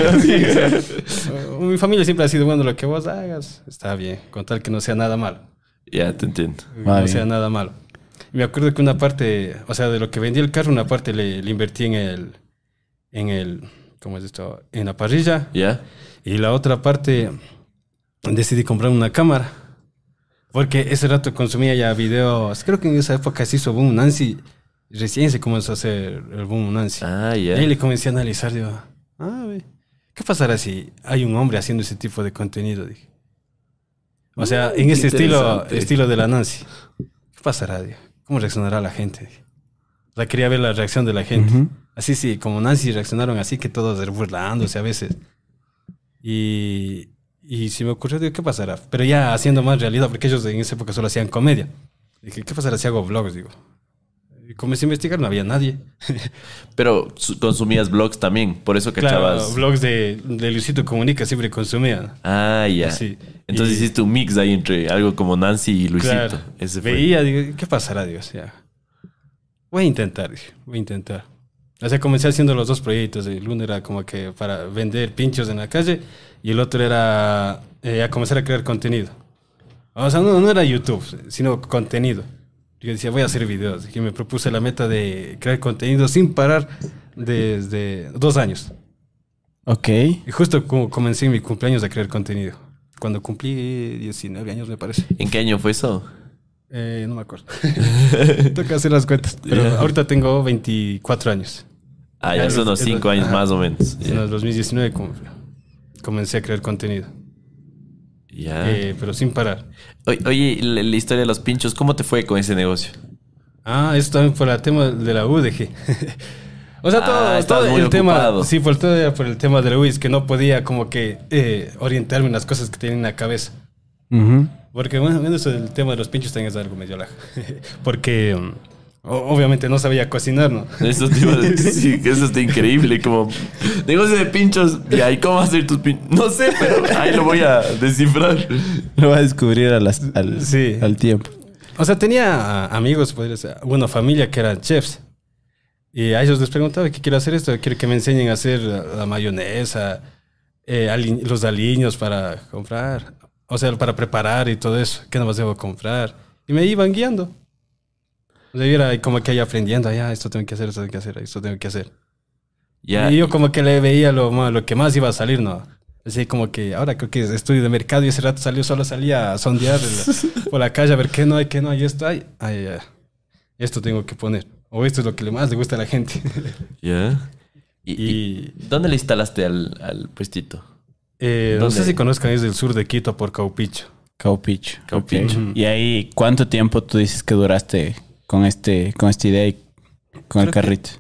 Uh, mi familia siempre ha sido, bueno, lo que vos hagas está bien, con tal que no sea nada malo.
Ya, te entiendo.
Va
no
bien.
sea nada malo. Y me acuerdo que una parte, o sea, de lo que vendí el carro, una parte le, le invertí en el, en el, ¿cómo es esto? En la parrilla.
¿Ya?
Y la otra parte decidí comprar una cámara. Porque ese rato consumía ya videos. Creo que en esa época se hizo boom Nancy. Recién se comenzó a hacer el boom Nancy.
Ah,
Y
ya.
ahí le comencé a analizar. Digo, ah, ve, ¿qué pasará si hay un hombre haciendo ese tipo de contenido? Dije. O sea,
Mm,
en
qué
ese estilo,
interesante.
estilo de la Nancy. ¿Qué pasará? Digo? ¿Cómo reaccionará la gente? Dije. O sea, quería ver la reacción de la gente.
Ujú.
Así, sí, como Nancy reaccionaron así, que todos burlándose a veces. Y, y se me ocurrió, digo, ¿qué pasará? Pero ya haciendo más realidad, porque ellos en esa época solo hacían comedia. Dije, ¿qué pasará si hago vlogs? Digo. Y comencé a investigar, no había nadie.
Pero su- consumías blogs también, por eso
Claro,
cachabas.
vlogs de, de Luisito Comunica siempre consumían.
Ah, ya.
Sí.
Entonces
Y-
hiciste un mix ahí entre algo como Nancy y Luisito.
Claro.
Ese fue.
Veía, digo, ¿qué pasará, Dios? Ya. Voy a intentar, dije, voy a intentar. O sea, comencé haciendo los dos proyectos. El uno era como que para vender pinchos en la calle y el otro era eh, a comenzar a crear contenido. O sea, no, no era YouTube, sino contenido. Yo decía, voy a hacer videos. Y me propuse la meta de crear contenido sin parar desde dos años.
Ok.
Y justo como comencé en mi cumpleaños a crear contenido. Cuando cumplí diecinueve años, me parece.
¿En qué año fue eso?
Eh, no me acuerdo. Toca hacer las cuentas. Pero
Ya.
ahorita tengo veinticuatro años.
Ah, ya
Es-
son unos
es-
cinco años
ajá.
más o menos.
En
Ya.
el dos mil diecinueve com- comencé a crear contenido.
Ya.
Eh, pero sin parar.
Oye, oye, la, la historia de los pinchos, ¿cómo te fue con ese negocio?
Ah, eso también por el tema de la U D G. O sea,
Ah,
todo,
estabas
todo
muy
el
ocupado.
tema. Sí, por todo era por el tema de la U, es que no podía como que eh, orientarme en las cosas que tenía en la cabeza.
Ujú.
Porque, bueno, bueno, eso del tema de los pinchos también es algo medio laja. Porque, um, o- obviamente, no sabía cocinar, ¿no?
Eso, te iba a decir, sí, que eso está increíble. Como negocio de pinchos. Y ahí, ¿cómo hacer tus pinchos? No sé, pero ahí lo voy a descifrar.
Lo va a descubrir a las- al,
Sí.
al tiempo.
O sea, tenía ah, amigos, podría ser, bueno, familia que eran chefs. Y a ellos les preguntaba, ¿qué quiero hacer esto? Quiero que me enseñen a hacer la, la mayonesa, eh, ali- los aliños para comprar. O sea, para preparar y todo eso. ¿Qué más debo comprar? Y me iban guiando. O sea, yo era como que ahí aprendiendo, ya, esto tengo que hacer, esto tengo que hacer, esto tengo que hacer.
Ya.
Y yo como que le veía lo, ma- lo que más iba a salir, ¿no? Así como que ahora creo que es estudio de mercado y ese rato salió, solo salía a sondear el- por la calle a ver qué no hay, qué no hay, esto hay. Ay, ay, esto tengo que poner. O esto es lo que le más le gusta a la gente.
Ya. ¿Y, y
Y
dónde le instalaste al, al puestito?
eh, no
¿Dónde?
sé si conozcan, es del sur de Quito por Caupicho.
Caupicho.
Caupicho.
Ok. Y ahí, ¿cuánto tiempo tú dices que duraste con este, con esta idea y con el
Creo que-
carrito?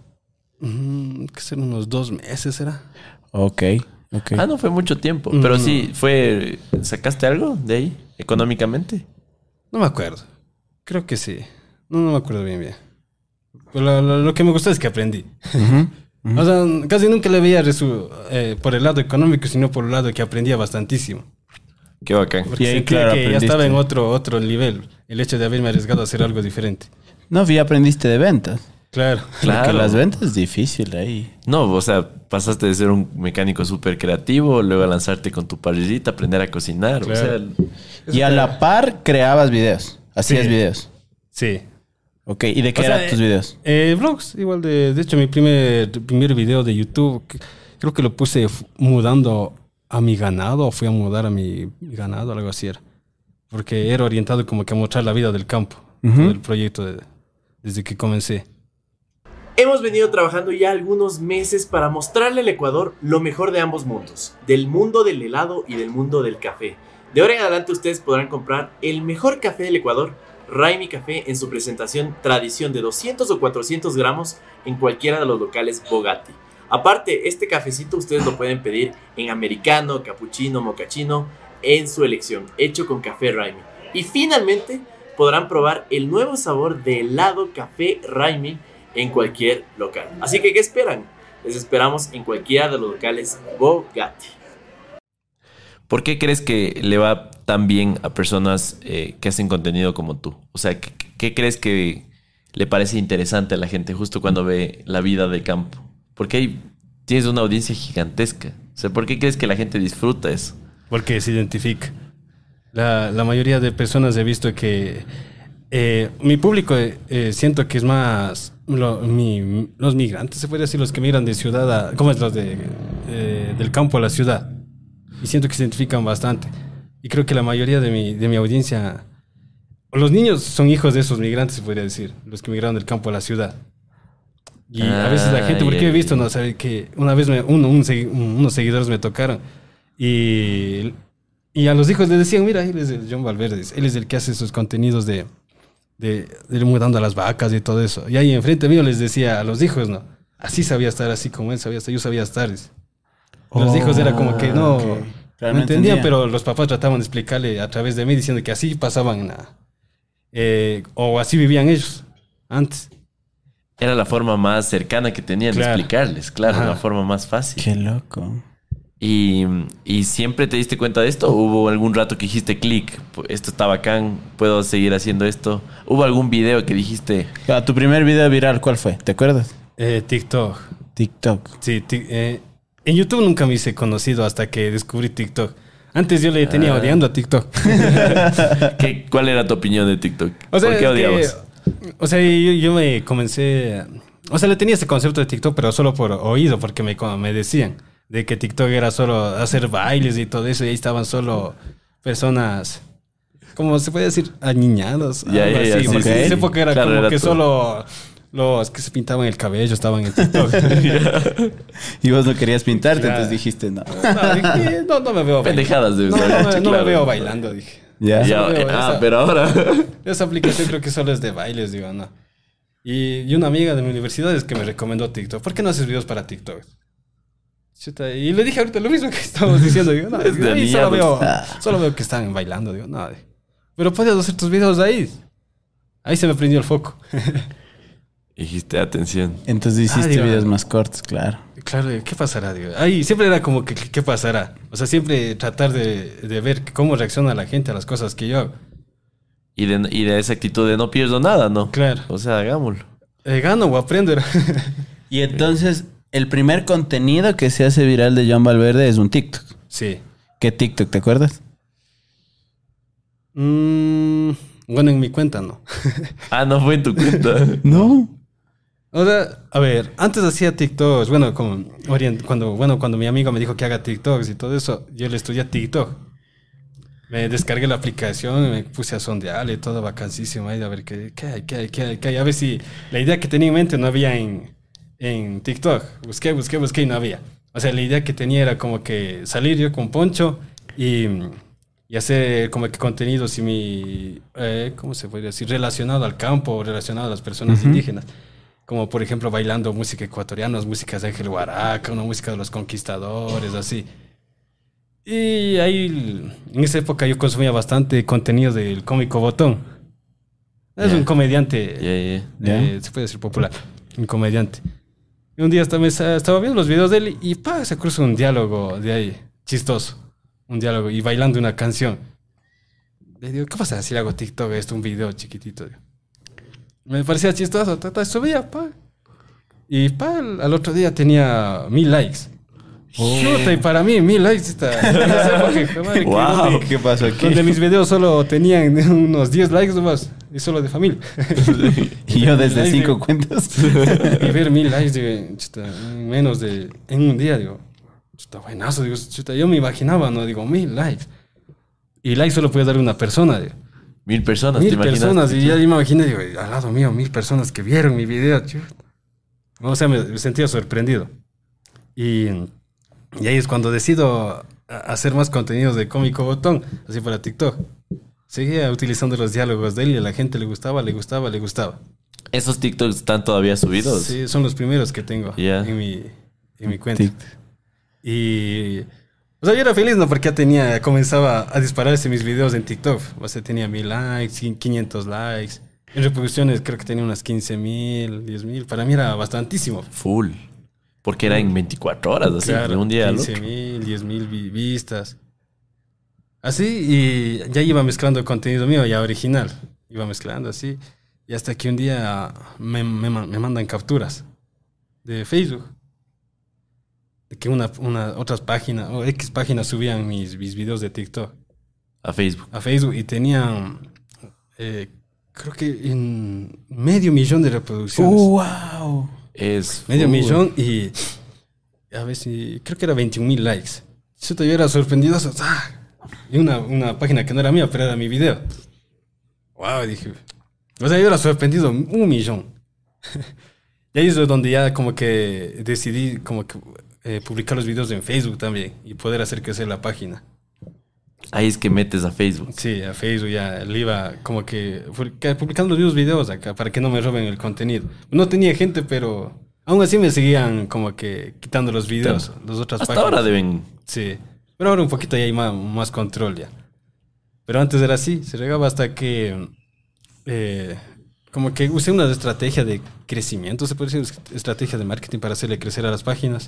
Mm, que serán unos dos meses, ¿será?
Ok, ok.
Ah, no fue mucho tiempo. Pero
Mm.
sí, fue. ¿Sacaste algo de ahí? ¿Económicamente?
No me acuerdo. Creo que sí. No, no me acuerdo bien bien. Pero lo, lo- lo que me gustó es que aprendí.
Ujú.
O sea, casi nunca le veía resu- eh, por el lado económico, sino por el lado que aprendía bastantísimo.
Qué bacán.
Porque
Y ahí,
sentía
claro,
que ya
aprendiste.
estaba en otro, otro nivel. El hecho de haberme arriesgado a hacer algo diferente.
No, ya aprendiste de ventas.
Claro.
Claro.
Porque las ventas es difícil ahí.
No, o sea, pasaste de ser un mecánico súper creativo, luego a lanzarte con tu parrillita, aprender a cocinar. O sea,
Claro.
Y a la par creabas videos. Hacías
Sí.
videos.
Sí.
Ok, ¿y de qué
O sea,
eran tus videos?
Eh, vlogs, igual de... De hecho, mi primer, primer video de YouTube, que- creo que lo puse f- mudando a mi ganado, o fui a mudar a mi, mi ganado, algo así era. Porque era orientado como que a mostrar la vida del campo, uh-huh. todo el proyecto de, desde que comencé.
Hemos venido trabajando ya algunos meses para mostrarle al Ecuador lo mejor de ambos mundos, del mundo del helado y del mundo del café. De ahora en adelante ustedes podrán comprar el mejor café del Ecuador, Raimi Café, en su presentación tradición de doscientos o cuatrocientos gramos en cualquiera de los locales Bogatti. Aparte, este cafecito ustedes lo pueden pedir en americano, cappuccino, mocachino, en su elección, hecho con café Raimi. Y finalmente podrán probar el nuevo sabor de helado café Raimi en cualquier local. Así que, ¿qué esperan? Les esperamos en cualquiera de los locales Bogatti.
¿Por qué crees que le va tan bien a personas eh, que hacen contenido como tú? O sea, ¿qué, ¿qué crees que le parece interesante a la gente justo cuando ve la vida del campo? Porque ahí tienes una audiencia gigantesca. O sea, ¿por qué crees que la gente disfruta eso?
Porque se identifica. La, la mayoría de personas he visto que... Eh, mi público eh, siento que es más... Lo, mi, los migrantes, se puede decir, los que migran de ciudad a... ¿Cómo es? Los de, eh, del campo a la ciudad. Y siento que se identifican bastante. Y creo que la mayoría de mi, de mi audiencia... Los niños son hijos de esos migrantes, se podría decir. Los que migraron del campo a la ciudad. Y ah, a veces la gente... Porque he visto, ¿no? Sabe que una vez me, uno, un, un, unos seguidores me tocaron. Y, y a los hijos les decían, mira, él es el John Valverde. Él es el que hace esos contenidos de... De, de ir mudando a las vacas y todo eso. Y ahí enfrente mío les decía a los hijos, ¿no? Así sabía estar, así como él sabía estar. Yo sabía estar. Oh, los hijos era como que no... Okay. No entendían, entendía. Pero los papás trataban de explicarle a través de mí, diciendo que así pasaban a, eh, o así vivían ellos antes.
Era la forma más cercana que tenían claro. de explicarles, claro, Ajá. la forma más fácil.
Qué loco.
Y, ¿Y siempre te diste cuenta de esto? ¿O hubo algún rato que dijiste clic? Esto está bacán, puedo seguir haciendo esto. ¿Hubo algún video que dijiste?
Ah, tu primer video viral, ¿cuál fue? ¿Te acuerdas?
Eh, TikTok.
TikTok.
Sí, t- eh, en YouTube nunca me hice conocido hasta que descubrí TikTok. Antes yo le tenía ah. odiando a TikTok.
¿Qué, ¿Cuál era tu opinión de TikTok?
O sea,
¿Por qué odiabas?
Que, o sea, yo, yo me comencé... O sea, le tenía ese concepto de TikTok, pero solo por oído, porque me, me decían de que TikTok era solo hacer bailes y todo eso, y ahí estaban solo personas, como se puede decir, aniñados.
Ya, ya, ya.
Así,
Sí,
porque
sí,
en esa
sí.
época era
Claro,
como
era
que
todo.
Solo los que se pintaban el cabello estaban en TikTok.
Y vos no querías pintarte,
Ya.
entonces dijiste no.
No, dije, no, no me veo bailando.
Pendejadas de
No, no,
usar,
me- no
claro.
me veo bailando, dije.
Ya.
Ya,
Solo veo
eh, ah,
esa-
pero ahora...
Esa aplicación creo que solo es de bailes, digo, no. Y, y una amiga de mi universidad es que me recomendó TikTok. ¿Por qué no haces videos para TikTok? Chuta, y le dije ahorita lo mismo que estábamos diciendo. Digo, no,
Es de
ahí solo veo,
aniñados.
solo veo que están bailando. Digo, no, digo, pero puedes hacer tus videos ahí. Ahí se me prendió el foco.
Dijiste atención.
Entonces hiciste
Ah, digo,
videos más cortos, claro.
Claro, ¿qué pasará? Digo, ahí siempre era como que, ¿qué pasará? O sea, siempre tratar de, de ver cómo reacciona la gente a las cosas que yo hago.
Y de, y de esa actitud de no pierdo nada, ¿no?
Claro.
O sea, hagámoslo.
Eh, gano o aprendo.
Y entonces, el primer contenido que se hace viral de John Valverde es un TikTok.
Sí.
¿Qué TikTok, te acuerdas?
Mm, bueno, en mi cuenta no.
Ah, no fue en tu cuenta.
No.
O sea, a ver, antes hacía TikToks, bueno, como orient- cuando, bueno, cuando mi amigo me dijo que haga TikToks y todo eso, yo le estudié TikTok. Me descargué la aplicación y me puse a sondearle, todo vacancísimo ahí, a ver qué, qué hay, qué hay, qué hay, qué hay. A ver si la idea que tenía en mente no había en, en TikTok. Busqué, busqué, busqué y no había. O sea, la idea que tenía era como que salir yo con Poncho y, y hacer como que contenidos y mi, eh, ¿cómo se podría decir? Relacionado al campo, relacionado a las personas
Ujú.
indígenas. Como por ejemplo bailando música ecuatoriana, músicas de Ángel Huaraca, una música de los conquistadores, así. Y ahí, en esa época yo consumía bastante contenido del cómico Botón. Es
Ya.
un comediante,
Ya, ya.
eh, se puede decir popular, un comediante. Y un día estaba, estaba viendo los videos de él y pa, se cruza un diálogo de ahí, chistoso. Un diálogo y bailando una canción. Le digo, ¿qué pasa si le hago TikTok esto, un video chiquitito? Digo. Me parecía chistoso, tata, subía, pa. Y pa, al al otro día tenía mil likes. Chuta, y para mí mil likes está. No sé por qué, madre, que
Wow.
donde-
¿Qué pasó aquí?
Donde mis videos solo tenían unos diez likes nomás. Y solo de familia.
Y yo desde
Likes,
cinco
digo.
cuentas.
Y ver mil likes, digo, chuta, en menos de. En un día, digo. Está buenazo. Digo, chuta, yo me imaginaba, ¿no? Digo, mil likes. Y like solo puede dar una persona. Digo.
Mil personas,
Mil
¿te imaginas?
personas. Y ya me imaginé, digo, al lado mío, mil personas que vieron mi video. Chuta. O sea, me, me sentía sorprendido. Y, y ahí es cuando decido hacer más contenidos de Cómico Botón, así para TikTok. Seguía utilizando los diálogos de él y a la gente le gustaba, le gustaba, le gustaba.
¿Esos TikToks están todavía subidos?
Sí, son los primeros que tengo
Yeah.
en, mi, en mi cuenta. Y... O sea, yo era feliz, ¿no? Porque ya tenía, comenzaba a dispararse mis videos en TikTok. O sea, tenía mil likes, quinientos likes. En reproducciones creo que tenía unas quince mil, diez mil. Para mí era bastantísimo.
Full. Porque era en veinticuatro horas, así,
Claro,
de un día al otro.
quince mil, diez mil vistas. Así, y ya iba mezclando contenido mío, ya original. Iba mezclando así. Y hasta que un día me, me, me mandan capturas de Facebook. De que una, una, otras páginas, o X páginas subían mis, mis videos de TikTok
A Facebook.
a Facebook y tenían, eh, creo que en medio millón de reproducciones.
Uh, wow.
Es
Medio
full.
millón y a ver si creo que era veintiún mil likes. Yo todavía era sorprendido. ¡Ah! Y una, una página que no era mía, pero era mi video. Wow, dije. O sea, yo era sorprendido, un millón. Y ahí es donde ya como que decidí como que eh, publicar los videos en Facebook también y poder hacer crecer la página.
Ahí es que metes a Facebook.
Sí, a Facebook ya le iba como que publicando los mismos videos acá para que no me roben el contenido. No tenía gente, pero aún así me seguían como que quitando los videos, las otras
Hasta
páginas.
ahora deben...
Sí, pero ahora un poquito ya hay más, más control ya. Pero antes era así, se regaba hasta que eh, como que usé una estrategia de crecimiento, se puede decir, estrategia de marketing para hacerle crecer a las páginas.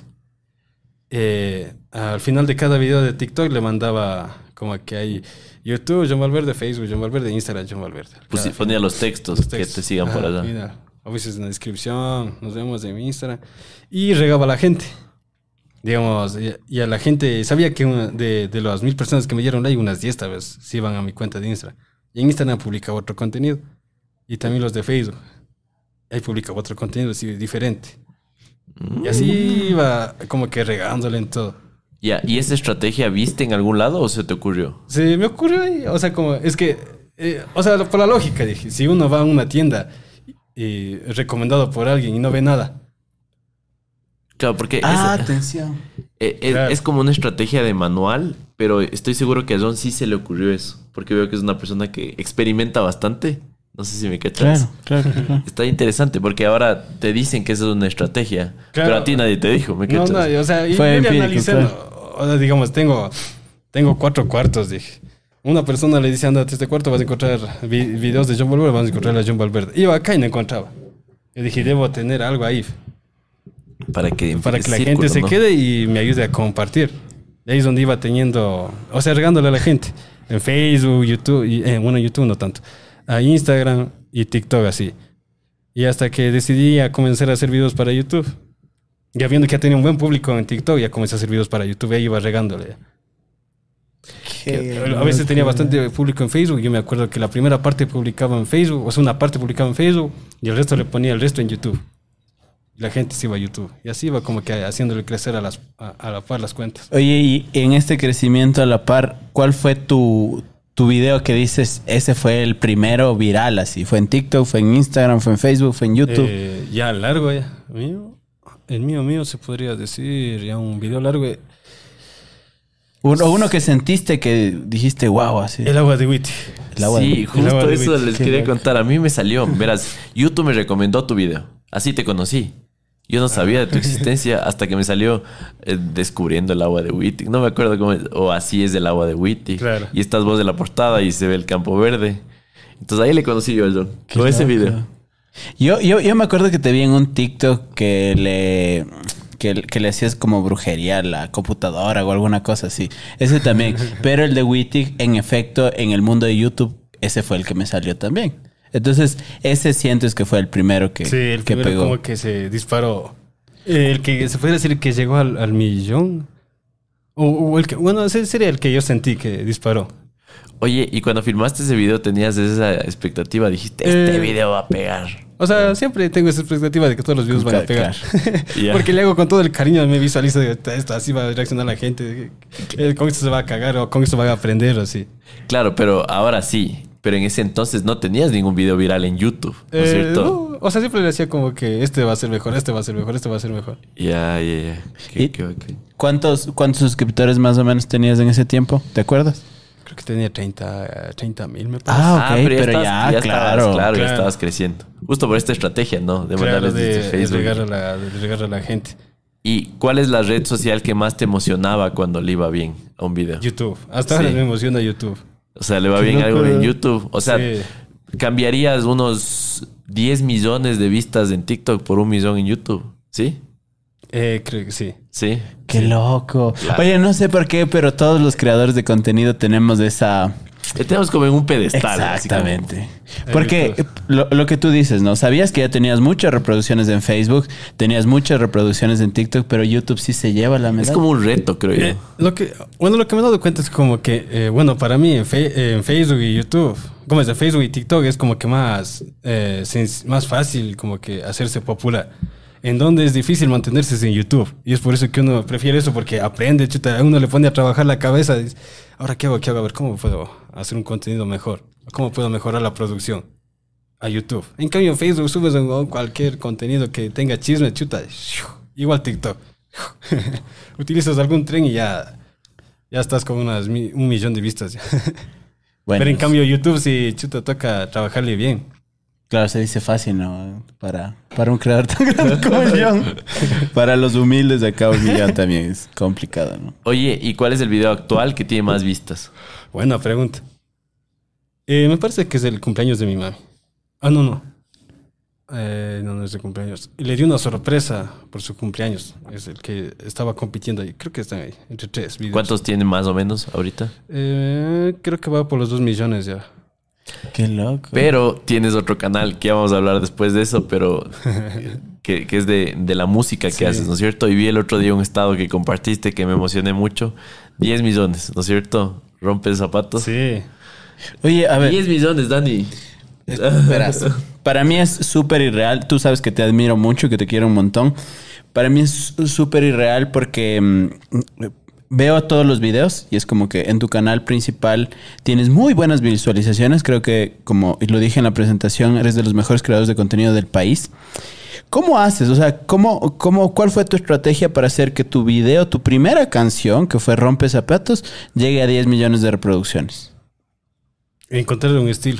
Eh, al final de cada video de TikTok le mandaba como que hay YouTube, John Valverde, Facebook, John Valverde, Instagram, John Valverde.
Pues
Cada-
ponía los textos,
los
que
textos.
te sigan por
Ajá,
allá.
mira, a veces en la descripción, nos vemos en mi Instagram. Y regaba a la gente. Digamos, y, y a la gente, sabía que una, de, de las mil personas que me dieron like, unas diez tal vez se iban a mi cuenta de Instagram. Y en Instagram publicaba otro contenido. Y también los de Facebook. Ahí publicaba otro contenido así, diferente. Y así iba como que regándole en todo.
Ya, ¿y esa estrategia viste en algún lado o se te ocurrió?
Se me ocurrió ahí, o sea, como, es que, eh, o sea, por la lógica, dije, si uno va a una tienda y es recomendado por alguien y no ve nada.
Claro, porque
Ah,
es,
atención.
eh, es-
Claro.
es como una estrategia de manual, pero estoy seguro que a John sí se le ocurrió eso, porque veo que es una persona que experimenta bastante. No sé si me cachas.
Claro, claro, claro.
Está interesante porque ahora te dicen que eso es una estrategia,
Claro.
pero a ti nadie te dijo, ¿me
No,
cachas?
no, o sea, y
Fue
yo le
empírico,
analicé,
claro.
¿no? O sea, digamos, tengo, tengo cuatro cuartos, dije. Una persona le dice, andate a este cuarto, vas a encontrar vi- videos de John Valverde, vas a encontrar a John Valverde. Iba acá y no encontraba. Yo dije, debo tener algo ahí
Para que,
para que la
círculo,
gente se
¿no?
quede y me ayude a compartir. Y ahí es donde iba teniendo, o sea, regándole a la gente. En Facebook, YouTube, y, eh, bueno, YouTube no tanto. A Instagram y TikTok así. Y hasta que decidí a comenzar a hacer videos para YouTube. Ya viendo que ya tenía un buen público en TikTok, ya comencé a hacer videos para YouTube. Y ahí iba regándole.
Qué
A veces tenía
locura.
bastante público en Facebook. Yo me acuerdo que la primera parte publicaba en Facebook, o sea, una parte publicaba en Facebook y el resto le ponía el resto en YouTube. Y la gente se iba a YouTube. Y así iba como que haciéndole crecer a, las, a, a la par las cuentas.
Oye, y en este crecimiento a la par, ¿cuál fue tu, tu video que dices, ese fue el primero viral así? ¿Fue en TikTok, fue en Instagram, fue en Facebook, fue en YouTube?
Eh, ya largo, ya. Mío, el mío, mío se podría decir, ya un video largo. eh,
Uno, uno que sentiste que dijiste, wow, así.
El agua de Witty.
El agua
Sí,
de-
el
justo
agua de
eso
Witty.
les
Qué
quería
loco.
contar. A mí me salió, verás, YouTube me recomendó tu video. Así te conocí. Yo no sabía de tu existencia hasta que me salió eh, descubriendo el agua de Wittig. No me acuerdo cómo es. O así es el agua de Wittig.
Claro.
Y estás vos de la portada y se ve el campo verde. Entonces ahí le conocí yo a John.
Qué
Con ese
loco.
video.
Yo, yo, yo me acuerdo que te vi en un TikTok que le, que, que le hacías como brujería a la computadora o alguna cosa así. Ese también. Pero el de Wittig, en efecto, en el mundo de YouTube, ese fue el que me salió también. Entonces, ese sientes que fue el primero que,
Sí, el
que
primero
pegó.
como que se disparó. El que se puede decir que llegó al, al millón. O, o el que, bueno, ese sería el que yo sentí que disparó.
Oye, y cuando filmaste ese video tenías esa expectativa. Dijiste, este
Eh,
video va a pegar.
O sea, siempre tengo esa expectativa de que todos los videos van a pegar.
Claro.
Yeah.
Porque le hago con todo el cariño, me visualizo de esto, así va a reaccionar la gente. eh, Con esto se va a cagar o con esto va a aprender o así.
Claro, pero ahora sí. Pero en ese entonces no tenías ningún video viral en YouTube, ¿no es
Eh,
cierto?
no, o sea, siempre le decía como que este va a ser mejor, este va a ser mejor, este va a ser mejor.
Ya, ya, ya. Qué-
¿Y?
qué bacán.
¿Cuántos, ¿Cuántos suscriptores más o menos tenías en ese tiempo? ¿Te acuerdas?
Creo que tenía treinta mil, me parece.
Ah, ok, pero,
estabas-
ya,
estabas-
claro.
claro, ya
Claro.
estabas creciendo. Justo por esta estrategia, ¿no? De
Claro,
mandarles
de,
desde
de
Facebook.
regar a la, de regar a la gente.
¿Y cuál es la red social que más te emocionaba cuando le iba bien a un video?
YouTube. Hasta
Sí.
ahora me emociona YouTube.
O sea, le va
Qué
bien
loco.
algo en YouTube. O sea,
Sí.
cambiarías unos diez millones de vistas en TikTok por un millón en YouTube. ¿Sí?
Eh, creo que sí.
Sí.
Qué loco.
Claro.
Oye, no sé por qué, pero todos los creadores de contenido tenemos esa...
Eh, Tenemos como en un pedestal. así como-
Exactamente. Porque eh, lo, lo que tú dices, ¿no? Sabías que ya tenías muchas reproducciones en Facebook, tenías muchas reproducciones en TikTok, pero YouTube sí se lleva la medalla.
Es como un reto, creo yo.
Eh, lo que, bueno, lo que me he dado cuenta es como que, eh, bueno, para mí en, fe- eh, en Facebook y YouTube, como es de Facebook y TikTok, es como que más, eh, sens- más fácil como que hacerse popular. En donde es difícil mantenerse es en YouTube. Y es por eso que uno prefiere eso, porque aprende, chuta, a uno le pone a trabajar la cabeza. Dice, ahora, ¿qué hago? ¿Qué hago? A ver, ¿cómo puedo hacer un contenido mejor? ¿Cómo puedo mejorar la producción? A YouTube. En cambio, en Facebook subes un- cualquier contenido que tenga chisme, chuta, igual TikTok. Utilizas algún tren y ya, ya estás con unas mi- un millón de vistas. ya.
Bueno,
Pero en cambio, YouTube sí, chuta, toca trabajarle bien.
claro, se dice fácil, ¿no? Para, para un creador tan grande como el John. Para los humildes de acá un millón también es complicado, ¿no?
Oye, ¿y cuál es el video actual que tiene más vistas?
Buena pregunta. Eh, me parece que es el cumpleaños de mi mami. Ah, no, no. Eh, no, no es de cumpleaños. Y le di una sorpresa por su cumpleaños. Es el que estaba compitiendo ahí. Creo que están ahí, entre tres videos.
¿Cuántos tiene más o menos ahorita?
Eh, creo que va por los dos millones ya.
Qué loco.
Pero tienes otro canal que ya vamos a hablar después de eso, pero que, que es de, de la música que
Sí.
haces, ¿no es cierto? Y vi el otro día un estado que compartiste que me emocioné mucho. diez millones, ¿no es cierto? Rompes zapatos.
Sí.
Oye, a ver.
diez millones, Dani.
Verás, para mí es súper irreal. Tú sabes que te admiro mucho, que te quiero un montón. Para mí es súper irreal porque mm, veo todos los videos y es como que en tu canal principal tienes muy buenas visualizaciones. Creo que, como lo dije en la presentación, eres de los mejores creadores de contenido del país. ¿Cómo haces? O sea, ¿cómo, cómo, ¿cuál fue tu estrategia para hacer que tu video, tu primera canción, que fue Rompe Zapatos, llegue a diez millones de reproducciones?
Encontrar un estilo.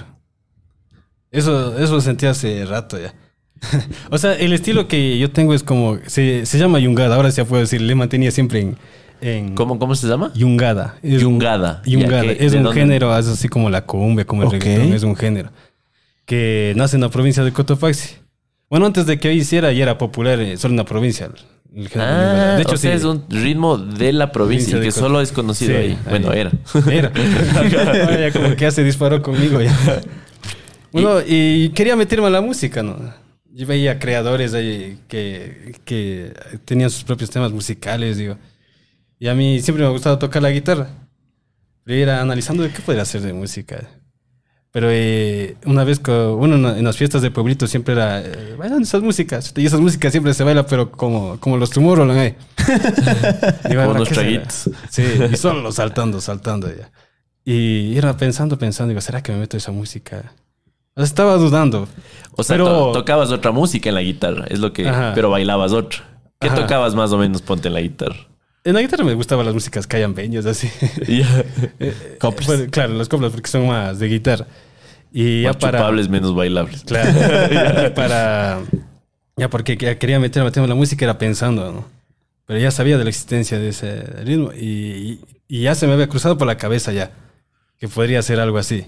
Eso, eso sentí hace rato ya. O sea, el estilo que yo tengo es como... Se, se llama yungada, ahora sí ya puedo decir. Le mantenía siempre en... en
¿Cómo, ¿Cómo se llama?
Yungada. Es un-
Yungada.
Yungada.
Ya, ¿qué?
Es
¿De
un
dónde?
género, es así como la cumbia, como el
Ok.
reggaetón. Es un género. Que nace en la provincia de Cotopaxi. Bueno, antes de que hoy hiciera, ya era popular eh, solo en la provincia. El género yungada.
Ah,
De hecho,
o sea,
sí.
es un ritmo de la provincia,
Provincia de
que
Cot-
solo es conocido
Sí,
ahí. Bueno,
ahí.
era.
Era. Ahora ya como que ya se disparó conmigo ya. Bueno, y quería meterme a la música, ¿no? Yo veía creadores ahí que, que tenían sus propios temas musicales, digo. Y a mí siempre me ha gustado tocar la guitarra. Pero era analizando de qué podría hacer de música. Pero eh, una vez, que, bueno, en la- en las fiestas de pueblito siempre era, eh, bailan esas músicas. Y esas músicas siempre se baila, pero como, como los Tomorrowland ahí. Digo,
Como
"¿Ahora
unos
qué será?".
traguitos.
Sí, y solo saltando, saltando ya. Y era pensando, pensando, digo, ¿será que me meto esa música? O sea, estaba dudando.
O sea,
Pero-
to- tocabas otra música en la guitarra, es lo que...
Ajá.
Pero bailabas otra. ¿Qué
Ajá.
tocabas más o menos, ponte en la guitarra?
En la guitarra me gustaban las músicas callambeñas, así.
Ya.
Coplas.
Bueno, claro, las coplas porque son más de guitarra. Y ya
Más
para...
chupables, menos bailables.
Claro. Y para... Ya porque ya quería meter, meterme en la música era pensando, ¿no? Pero ya sabía de la existencia de ese ritmo y, y, y ya se me había cruzado por la cabeza ya que podría ser algo así.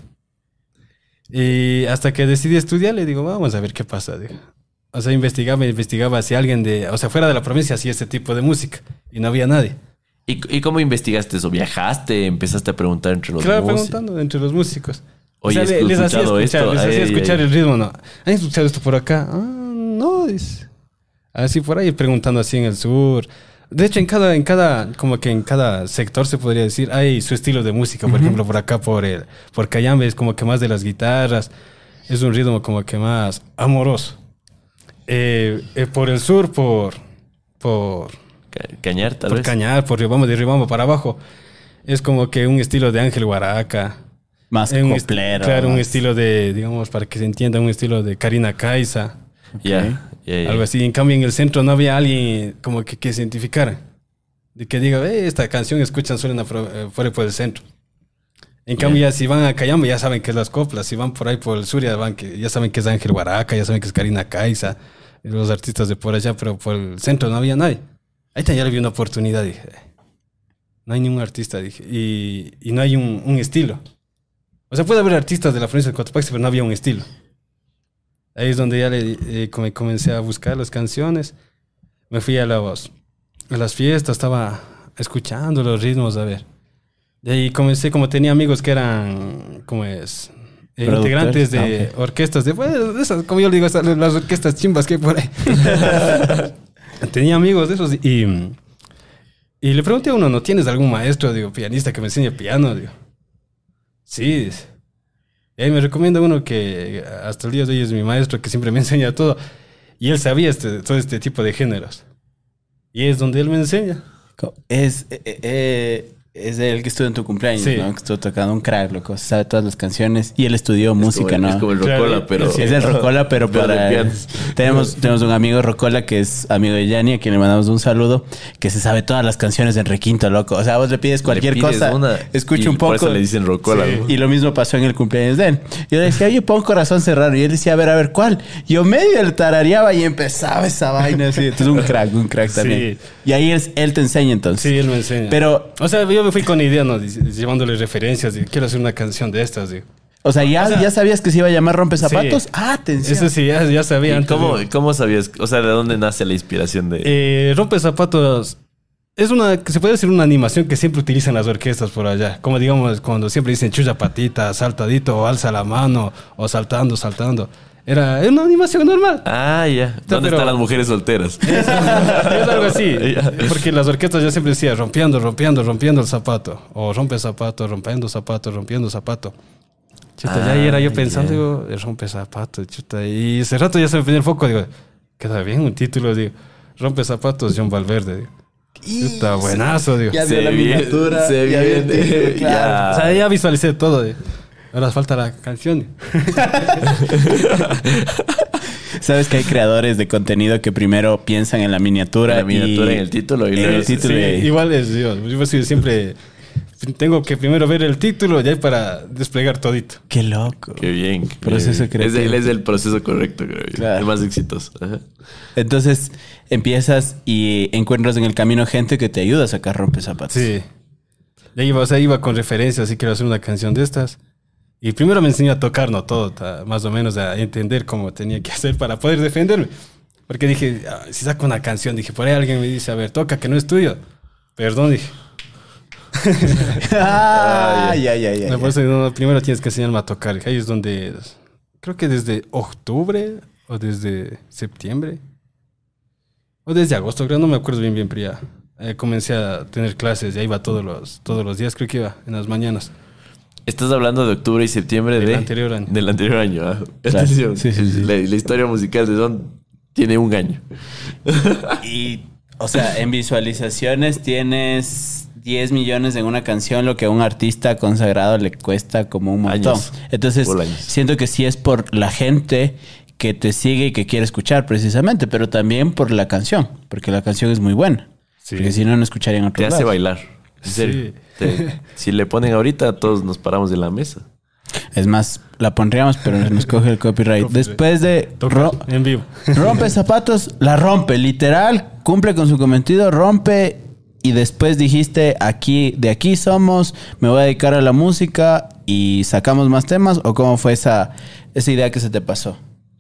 Y hasta que decidí estudiar, le digo, vamos a ver qué pasa. Digo. O sea, investigaba, investigaba si alguien de... O sea, fuera de la provincia hacía este tipo de música y no había nadie.
¿Y, y cómo investigaste eso? ¿Viajaste? ¿Empezaste a preguntar entre los
Claro,
músicos?
preguntando entre los músicos.
Oye,
o sea,
¿has
le- les hacía
escuchado
escuchar,
esto?
les
Ay,
hacía
ay,
escuchar
ay.
el ritmo, ¿no? ¿Han escuchado esto por acá? Ah, no, dice. Así por ahí, preguntando así en el sur. De hecho, en cada, en cada, como que en cada sector se podría decir, hay su estilo de música. Por ejemplo, por acá, por el, por Cayambe, es como que más de las guitarras. Es un ritmo como que más amoroso. Eh, eh, por el sur, por... Por,
Ca- Cañar, tal
por
vez.
Cañar, por Riobamba, de Riobamba para abajo. Es como que un estilo de Ángel Guaraca.
Más
Eh, un est-
coplero.
Claro, un
más-
estilo de, digamos, para que se entienda, un estilo de Karina Caiza.
Ya, ya, ya.
Algo así. En cambio, en el centro no había alguien como que, que se identificara. De que diga, eh, esta canción escuchan, suelen afro- eh, fuera por el centro. En cambio, ya si van a Cayambe, ya saben que es las coplas. Si van por ahí por el sur, ya, van que, ya saben que es Ángel Guaraca, ya saben que es Karina Caiza, los artistas de por allá, pero por el centro no había nadie. Ahí ya le vi una oportunidad, dije. No hay ningún artista, dije. Y, y no hay un, un estilo. O sea, puede haber artistas de la provincia de Cotopaxi, pero no había un estilo. Ahí es donde ya le, eh, come- comencé a buscar las canciones. Me fui a, los, a las fiestas, estaba escuchando los ritmos, a ver. De ahí comencé, como tenía amigos que eran, como es, eh,
Productores.
integrantes de
Ah, ok.
orquestas, de, bueno, de esas, como yo le digo, esas- las orquestas chimbas que hay por ahí. Tenía amigos de esos y, y le pregunté a uno, ¿no tienes algún maestro, digo, pianista que me enseñe piano? Digo, sí, dice. Y ahí me recomienda uno que hasta el día de hoy es mi maestro, que siempre me enseña todo. Y él sabía este, todo este tipo de géneros. Y es donde él me enseña.
Es, eh, eh, es el que estuvo en tu cumpleaños,
Sí.
¿no? Que estuvo tocando un crack, loco. Sabe todas las canciones. Y él estudió
Es
música,
como,
¿no?
Es como el
Claro,
Rocola, pero...
Es el Rocola, pero
Pero de
para...
pianos.
tenemos, tenemos un amigo Rocola que es amigo de Yanni, a quien le mandamos un saludo, que se sabe todas las canciones en requinto, loco. O sea, vos le pides cualquier
Le pides
cosa,
una
escucha
y
un poco.
Por eso le dicen Rocola.
Sí.
¿no?
Y lo mismo pasó en el cumpleaños de él. Yo le decía, oye, pon Corazón Serrano. Y él decía, a ver, a ver, ¿cuál? Yo medio el tarareaba y empezaba esa vaina así. Entonces, un crack, un crack también.
Sí.
Y ahí es, él te enseña entonces.
Sí, él me enseña.
Pero,
O sea, yo me fui con idea, ¿no? Dic- Llevándole referencias. Digo, quiero hacer una canción de estas, digo.
o sea, ¿ya,
O sea,
ya sabías que se iba a llamar Rompe Zapatos?
Sí.
Ah, atención.
Eso sí, ya, ya sabía
¿Y
antes.
cómo,
digo.
cómo sabías? O sea, ¿de dónde nace la inspiración de...?
Eh, Rompe Zapatos es una, que se puede decir una animación que siempre utilizan las orquestas por allá. Como digamos, cuando siempre dicen chucha patita, saltadito, o alza la mano, o saltando, saltando. Era, era una animación normal.
Ah, ya. ¿Dónde
pero-
están las mujeres solteras?
Es algo así.
Ya.
Porque las orquestas ya siempre decían rompiendo, rompiendo, rompiendo el zapato. O rompe zapato, rompiendo zapato, rompiendo zapato. Chuta, ya ahí era yo
Ah,
pensando,
ya.
digo, eh, rompe zapato, chuta. Y ese rato ya se me prendió el foco, digo, queda bien un título, digo, rompe zapatos, John Valverde, digo. Está buenazo, digo.
Ya
Se
vio la
viene-
miniatura.
se
ya vio el
viene,
título, claro.
ya.
O sea, ya visualicé todo, digo. Ahora falta la canción.
Sabes que hay creadores de contenido que primero piensan en la miniatura.
La miniatura
y
en el título y
en
luego...
el título.
Sí,
y-
igual es yo. Yo soy siempre tengo que primero ver el título ya para desplegar todito.
Qué loco.
Qué bien. qué
Proceso
bien.
creativo.
Es, el- es el proceso correcto, creo yo.
Claro.
El más exitoso. Ajá.
Entonces empiezas y encuentras en el camino gente que te ayuda a sacar Rompe Zapatos.
Sí. Ya iba, o sea, iba con referencias, así quiero hacer una canción de estas. Y primero me enseñó a tocar, no todo, ta- más o menos a entender cómo tenía que hacer para poder defenderme. Porque dije, ah, si saco una canción, dije, por ahí alguien me dice, a ver, toca, que no es tuyo. Perdón, dije.
ah, ya, ya, ya.
Me
ya.
parece que no, primero tienes que enseñarme a tocar. Ahí es donde, creo que desde octubre o desde septiembre o desde agosto, creo, no me acuerdo bien bien, pero ya eh, comencé a tener clases. Ya iba todos los, todos los días, creo que iba en las mañanas.
Estás hablando de octubre y septiembre
Del
de...
anterior año.
Del anterior año. ah.
Claro.
Atención.
Sí, sí, sí.
La, la historia musical de Don tiene un año.
Y, o sea, en visualizaciones tienes diez millones en una canción, lo que a un artista consagrado le cuesta como un montón.
Años.
Entonces,
Por años.
siento que sí es por la gente que te sigue y que quiere escuchar precisamente, pero también por la canción, porque la canción es muy buena.
Sí.
Porque si no, no escucharían otro
Te hace bailar. En serio.
Sí.
Te- si le ponen ahorita, todos nos paramos de la mesa.
Es más, la pondríamos, pero nos coge el copyright.
Copyright.
Después de
Toca
ro-
en vivo.
Rompe Zapatos, la rompe, literal, cumple con su cometido, rompe y después dijiste, aquí, de aquí somos, me voy a dedicar a la música y sacamos más temas, ¿o cómo fue esa, esa idea que se te pasó?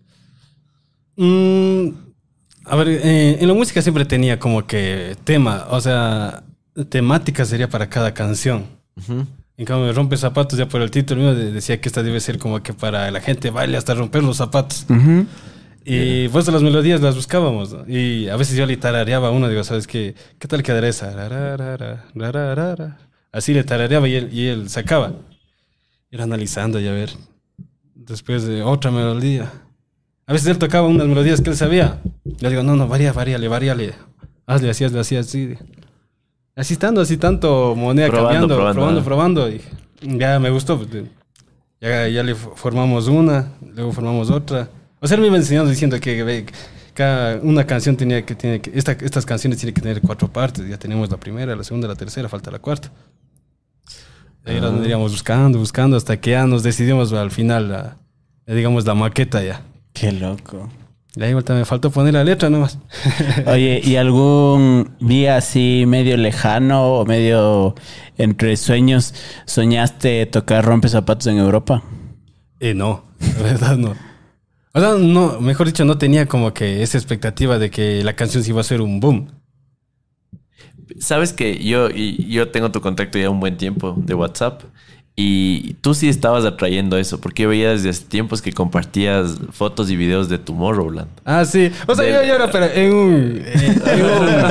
Mm, a ver, eh, en la música siempre tenía como que tema, o sea, temática sería para cada canción. En cambio, Rompe Zapatos, ya por el título mío de- decía que esta debe ser como que para la gente baile hasta romper los zapatos.
Ujú.
Y pues las melodías las buscábamos, ¿no? Y a veces yo le tarareaba a uno, digo, ¿sabes qué? ¿Qué tal quedará esa? Rararara, rararara. Así le tarareaba y él, y él sacaba. Era analizando y a ver. Después de otra melodía. A veces él tocaba unas melodías que él sabía. Yo digo, no, no, varía, varíale, varíale. Hazle así, hazle así, así. Así estando, así tanto, moneda
Probando,
cambiando,
probando,
probando, probando.
ah.
Y ya me gustó. Pues, ya, ya le formamos una, luego formamos otra. O sea, él me iba enseñando diciendo que, que cada una canción tenía que, tiene que esta, estas canciones tienen que tener cuatro partes. Ya tenemos la primera, la segunda, la tercera, falta la cuarta. Ahí ah. nos iríamos buscando, buscando, hasta que ya nos decidimos al final, la, ya digamos, la maqueta ya.
Qué loco.
Y ahí me faltó poner la letra nomás.
Oye, ¿y algún día así medio lejano o medio entre sueños soñaste tocar Rompe Zapatos en Europa?
Eh, no, la verdad no. O sea, no, mejor dicho, no tenía como que esa expectativa de que la canción sí iba a ser un boom.
Sabes que yo, y yo tengo tu contacto ya un buen tiempo de WhatsApp y tú sí estabas atrayendo eso porque yo veía desde hace tiempos que compartías fotos y videos de Tomorrowland.
Ah, sí. O sea, de... yo, yo era pero en un... En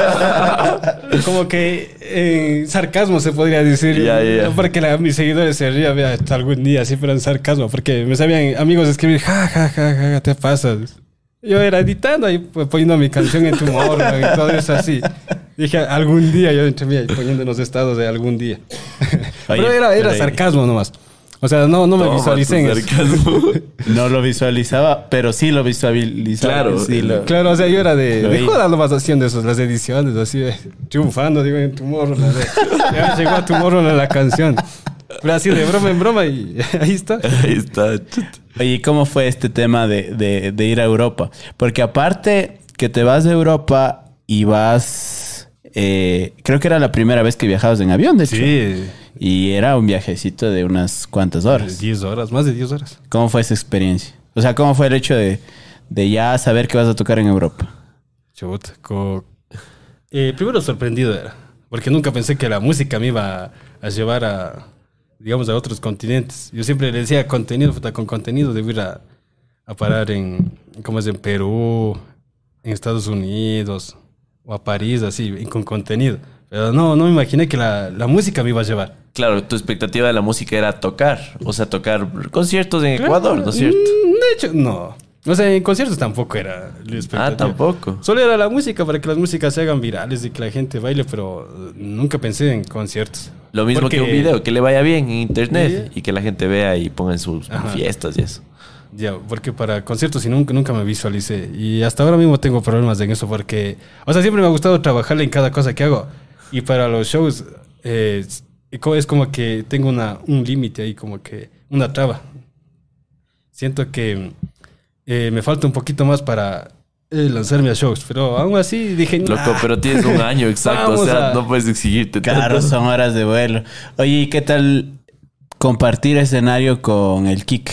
un como que en sarcasmo se podría decir.
Ya, ya, ya.
Porque la, mis seguidores se rían hasta algún día, sí, pero en sarcasmo. Porque me sabían amigos escribir, ja, ja, ja, ja, te pasas. Yo era editando ahí, poniendo mi canción en Tomorrowland y todo eso así. Dije, algún día, yo entre mí poniendo en los estados de algún día. Pero
Oye,
era, era
pero
sarcasmo nomás. O sea, no, no me
Toma
visualicé en
tu
eso.
sarcasmo.
No lo visualizaba, pero sí lo visualizaba.
Claro.
Sí lo...
Claro, o sea, yo era de...
Lo
De
vi.
joda nomás haciendo eso, las ediciones, así de... Triunfando, digo, en Tomorrowland. de- Ya llegó a Tomorrowland la canción. Pero así de broma en broma y ahí está.
Ahí está. chuta.
Oye, ¿y cómo fue este tema de, de, de ir a Europa? Porque aparte que te vas a Europa y vas... Eh, creo que era la primera vez que viajabas en avión, de hecho.
Sí.
Y era un viajecito de unas cuantas horas.
diez horas, más de diez horas.
¿Cómo fue esa experiencia? O sea, ¿cómo fue el hecho de, de ya saber que vas a tocar en Europa?
Chuta, co- eh, primero sorprendido era. Porque nunca pensé que la música me iba a llevar a, digamos, a otros continentes. Yo siempre le decía contenido, puta, con contenido debo ir a, a parar en, ¿cómo es? En Perú, en Estados Unidos, o a París, así, y con contenido. Pero no, no me imaginé que la, la música me iba a llevar.
Claro, tu expectativa de la música era tocar. O sea, tocar conciertos en Ecuador, ¿no es cierto?
Mm, De hecho, no. O sea, en conciertos tampoco era la expectativa.
Ah, tampoco.
Solo era la música para que las músicas se hagan virales y que la gente baile, pero nunca pensé en conciertos.
Lo mismo
Porque-
que un video, que le vaya bien en internet
Sí.
y que la gente vea y ponga en sus
Ajá.
fiestas y eso.
Ya, porque para conciertos y nunca, nunca me visualicé. Y hasta ahora mismo tengo problemas en eso porque... O sea, siempre me ha gustado trabajarle en cada cosa que hago. Y para los shows eh, es como que tengo una, un límite ahí, como que una traba. Siento que eh, me falta un poquito más para eh, lanzarme a shows. Pero aún así dije...
Loco,
"Nah".
pero tienes un año exacto.
Vamos
O sea,
a-
no puedes exigirte
Claro,
tanto.
son horas de vuelo. Oye, ¿y qué tal compartir escenario con el Kik?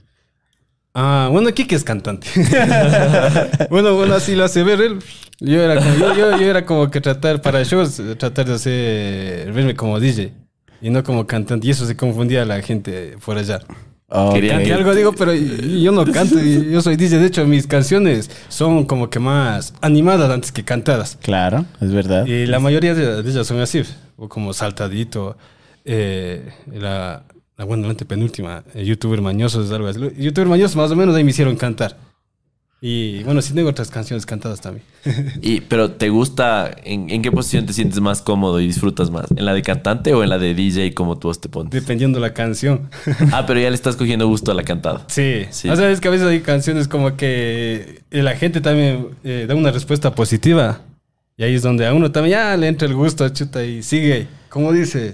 Ah, bueno, Kike es cantante. bueno, bueno, así lo hace ver él. Yo era como, yo, yo, yo era como que tratar para shows, tratar de hacer, verme como D J y no como cantante. Y eso se confundía a la gente por allá.
Ok.
Quería
Cante
que-
algo, digo, pero yo no canto, y yo soy D J. De hecho, mis canciones son como que más animadas antes que cantadas.
Claro, es verdad.
Y la mayoría de, de ellas son así, o como Saltadito, eh, la, la bueno, la penúltima, eh, YouTuber Mañosos, algo así. YouTuber Mañosos más o menos ahí me hicieron cantar. Y bueno, sí tengo otras canciones cantadas también.
Y, pero ¿te gusta? En, ¿En qué posición te sientes más cómodo y disfrutas más? ¿En la de cantante o en la de D J como tú te pones?
Dependiendo la canción.
Ah, pero ya le estás cogiendo gusto a la cantada.
Sí.
Sí.
O sea, es que a veces hay canciones como que eh, la gente también eh, da una respuesta positiva. Y ahí es donde a uno también ya le entra el gusto, chuta, y sigue. Como dice.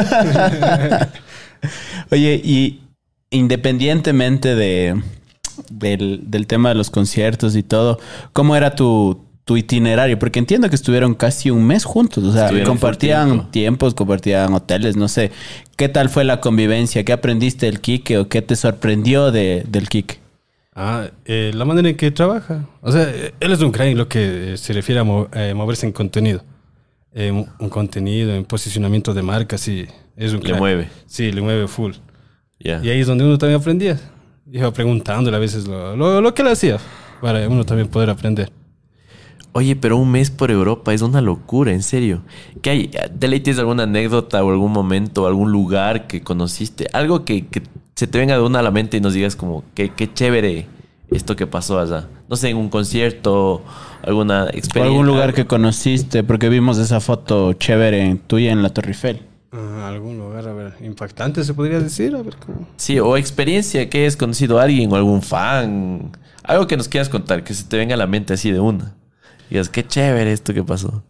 Oye, y independientemente de, del, del tema de los conciertos y todo, ¿cómo era tu, tu itinerario? Porque entiendo que estuvieron casi un mes juntos, o sea,
Estuvieron
compartían
full tiempo.
tiempos, compartían hoteles, no sé. ¿Qué tal fue la convivencia? ¿Qué aprendiste del Kike o qué te sorprendió de, del Kike?
Ah, eh, la manera en que trabaja. O sea, eh, él es un crack en lo que eh, se refiere a mo- eh, moverse en contenido. Eh, un, un contenido, en posicionamiento de marca, sí. Es un
Le
crack.
mueve.
Sí, le mueve full.
Ya.
Y ahí es donde uno también aprendía. Iba preguntándole a veces lo, lo, lo que él hacía para uno también poder aprender.
Oye, pero un mes por Europa es una locura, en serio. ¿Qué hay? ¿De ley tienes alguna anécdota o algún momento, algún lugar que conociste? Algo que, que se te venga de una a la mente y nos digas como, qué, qué chévere esto que pasó allá? No sé, en un concierto, alguna
O
experiencia.
algún lugar que conociste, porque vimos esa foto chévere en- tuya en la Torre Eiffel.
Ah, algún lugar, a ver, impactante se podría decir, a ver cómo.
Sí, o experiencia que hayas conocido a alguien o algún fan. Algo que nos quieras contar, que se te venga a la mente así de una. Y digas, qué chévere esto que pasó.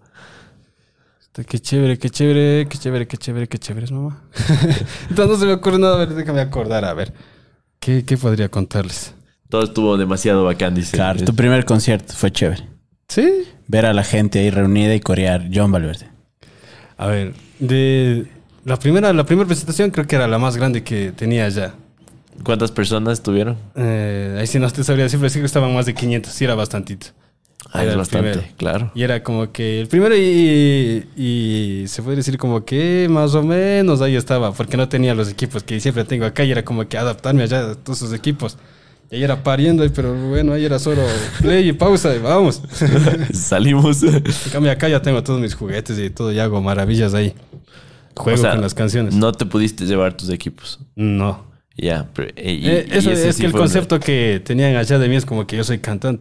Qué chévere, qué chévere, qué chévere, qué chévere, qué chévere es, mamá. Entonces no se me ocurre nada, a ver, déjame acordar, a ver. ¿Qué, qué podría contarles?
Todo estuvo demasiado bacán, dice.
Claro, tu primer concierto fue chévere.
¿Sí?
Ver a la gente ahí reunida y corear John Valverde.
A ver, de la primera, la primera presentación creo que era la más grande que tenía allá.
¿Cuántas personas estuvieron?
Eh, ahí sí no te sabría decir, pero sí que estaban más de quinientos, sí era bastantito.
Ah,
Era
es
el
bastante,
primero.
claro.
Y era como que el primero y, y se puede decir como que más o menos ahí estaba, porque no tenía los equipos que siempre tengo acá y era como que adaptarme allá a todos esos equipos. Y ahí era pariendo, pero bueno, ahí era solo play y pausa y vamos.
Salimos.
En cambio acá ya tengo todos mis juguetes y todo y hago maravillas ahí. Juego
O sea,
con las canciones.
No te pudiste llevar tus equipos.
No.
Ya, pero, eh, y-
Eh,
y
eso
ese
es
sí
que el
fue un-
concepto que tenían allá de mí es como que yo soy cantante.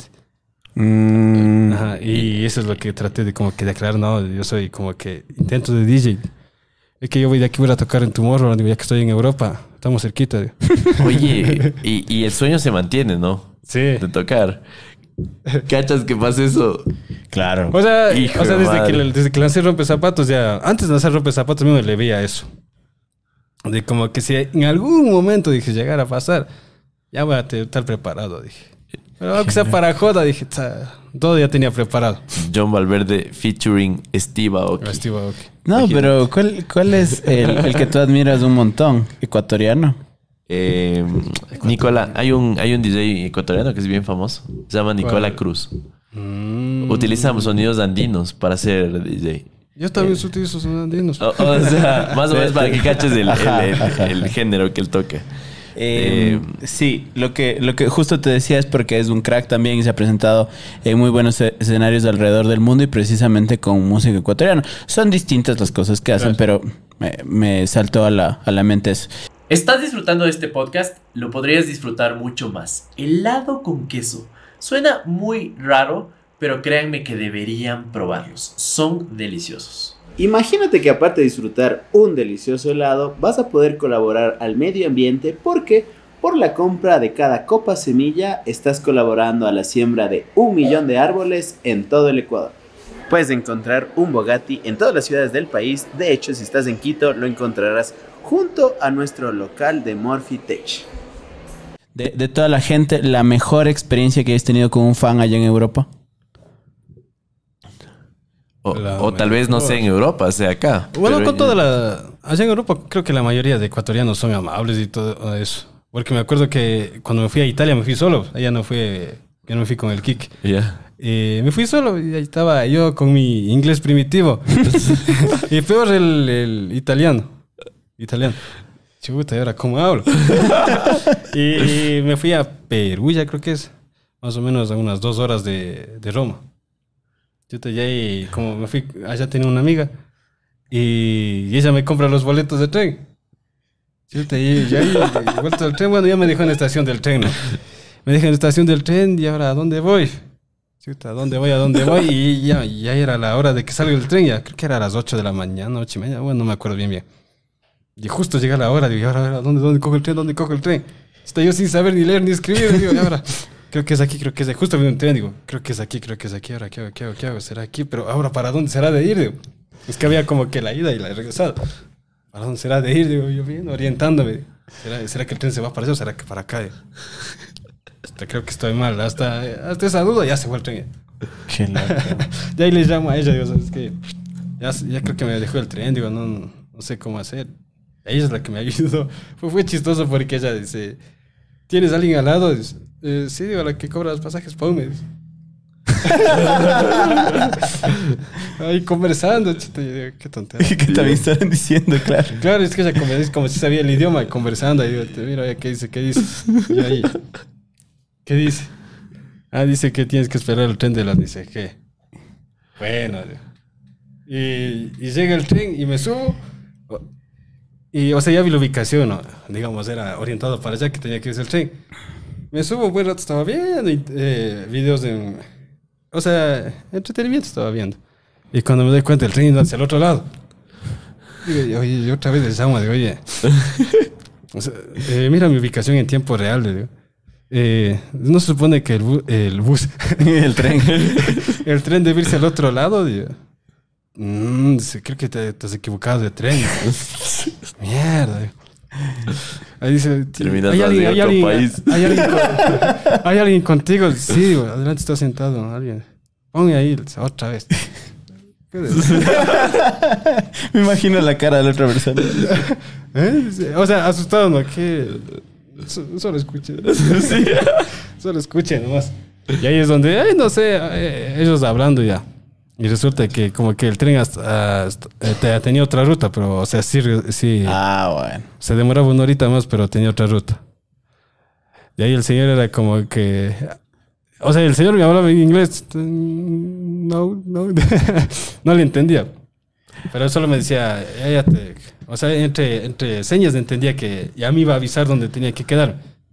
Mm,
Ajá, y eso es lo que traté de como que de aclarar, no, yo soy como que intento de D J. Es que yo voy de aquí voy a tocar en Tomorrowland, digo, ya que estoy en Europa, estamos cerquita. Digo.
Oye, y, y el sueño se mantiene, ¿no?
Sí.
De tocar. ¿Cachas que pasa eso?
claro.
O sea,
Hijo
o sea
de
desde, que,
madre.
desde que lancé Rompe Zapatos ya, antes de lanzar Rompe Zapatos mismo le veía eso. De como que si en algún momento dije llegar a pasar, ya voy a te- estar preparado, dije. Pero aunque sea para joda, dije, "Tsa", todo ya tenía preparado.
John Valverde featuring Steve Aoki.
Steve Aoki.
No,
Imagínate.
pero ¿cuál, cuál es el, el que tú admiras un montón? Ecuatoriano.
Eh, Nicola, hay un, hay un D J ecuatoriano que es bien famoso. Se llama Nicola
¿Cuál?
Cruz.
Mm.
Utilizamos sonidos andinos para ser D J.
Yo también utilizo esos andinos.
O, o sea, más o menos para que caches el, el-
Ajá,
el-
ajá,
el género que él toca.
Eh, sí, lo que, lo que justo te decía es porque es un crack también y se ha presentado en muy buenos e- escenarios alrededor del mundo y precisamente con música ecuatoriana. Son distintas las cosas que hacen, pero me, me saltó a la, a la mente eso.
¿Estás disfrutando de este podcast? Lo podrías disfrutar mucho más. Helado con queso. Suena muy raro, pero créanme que deberían probarlos. Son deliciosos.
Imagínate que aparte de disfrutar un delicioso helado, vas a poder colaborar al medio ambiente porque por la compra de cada copa semilla estás colaborando a la siembra de un millón de árboles en todo el Ecuador. Puedes encontrar un Bogatti en todas las ciudades del país. De hecho, si estás en Quito, lo encontrarás junto a nuestro local de Morphy Tech.
De, de toda la gente, la mejor experiencia que hayas tenido con un fan allá en Europa.
O,
La
o tal vez, no sé, en Europa, sea acá.
Bueno,
Pero
con toda la... Allá en Europa creo que la mayoría de ecuatorianos son amables y todo eso. Porque me acuerdo que cuando me fui a Italia me fui solo. Allá no fui, yo no me fui con el Kik.
Ya.
Eh, me fui solo y ahí estaba yo con mi inglés primitivo. Y peor el, el italiano. Italiano. Chuta, ¿y ahora cómo hablo? y, y me fui a Perú, ya creo que es. Más o menos a unas dos horas de, de Roma. Chuta, ya ahí, como me fui, allá tenía una amiga. Y, y ella me compra los boletos de tren. Chuta, y ya ahí, de vuelta al tren, bueno, ya me dejó en la estación del tren, ¿no? Me dejó en la estación del tren y ahora, ¿a dónde voy? Chuta, ¿a dónde voy? ¿A dónde voy? Y ya, ya era la hora de que salga el tren, ya creo que era a las ocho de la mañana, ocho y media, bueno, no me acuerdo bien bien. Y justo llega la hora, digo, ¿y ahora, ahora dónde, dónde cojo el tren? ¿Dónde cojo el tren? Está yo sin saber ni leer ni escribir, digo, y ahora, creo que es aquí, creo que es aquí. Justo vi un tren, digo, creo que es aquí, creo que es aquí, ahora, ¿qué hago, qué hago, qué hago? ¿Será aquí? Pero ahora, ¿para dónde será de ir? Digo, es que había como que la ida y la regresada. ¿Para dónde será de ir? Digo, yo bien, orientándome. ¿Será, ¿Será que el tren se va para allá o será que para acá? Digo, hasta creo que estoy mal, hasta, hasta esa duda ya se fue el tren.
Qué loco.
Ya ahí le llamo a ella, digo, ¿sabes qué? Ya, ya creo que me dejó el tren, digo, no, no sé cómo hacer. Ella es la que me ayudó. Fue, fue chistoso porque ella dice, ¿tienes a alguien al lado? Dice, eh, sí, digo, la que cobra los pasajes, ponme. Dice. Ahí conversando, chita, yo digo, qué tontería.
¿Qué también estaban diciendo? Claro.
Claro, es que ella como, es como si sabía el idioma y conversando. Y digo, mira, oye, ¿qué dice? ¿Qué dice? Y ahí, ¿qué dice? Ah, dice que tienes que esperar el tren de las dice ¿qué? Bueno, digo. Y, y llega el tren y me subo. Y, o sea, ya vi la ubicación, ¿no? Digamos, era orientado para allá que tenía que irse el tren. Me subo un buen rato, estaba viendo eh, videos de... O sea, entretenimiento estaba viendo. Y cuando me doy cuenta, el tren iba hacia el otro lado. Digo, oye, yo otra vez les llamo, digo, oye... O sea, eh, mira mi ubicación en tiempo real, le digo. Eh, no se supone que el, bu el bus,
el tren,
el tren debe irse al otro lado. Digo. Mm, creo que te, te has equivocado de tren. Mierda. Digo. Ahí dice,
terminas
¿hay alguien,
en
hay
otro
alguien,
país.
¿hay alguien, ¿hay alguien contigo? Sí, digo, adelante está sentado alguien. Ponme ahí otra vez.
Me imagino la cara de la otra persona.
¿Eh? O sea, asustado, ¿no? Que solo escuchen. Sí. Solo escuchen nomás. Y ahí es donde, ay, no sé, ellos hablando ya. Y resulta que como que el tren hasta, hasta, eh, tenía otra ruta, pero o sea, sí, sí.
Ah, bueno.
Se demoraba una horita más, pero tenía otra ruta. Y ahí el señor era como que... O sea, el señor me hablaba en inglés. No, no. No le entendía. Pero él solo me decía, ya te... O sea, entre, entre señas entendía que ya me iba a avisar dónde tenía que quedar.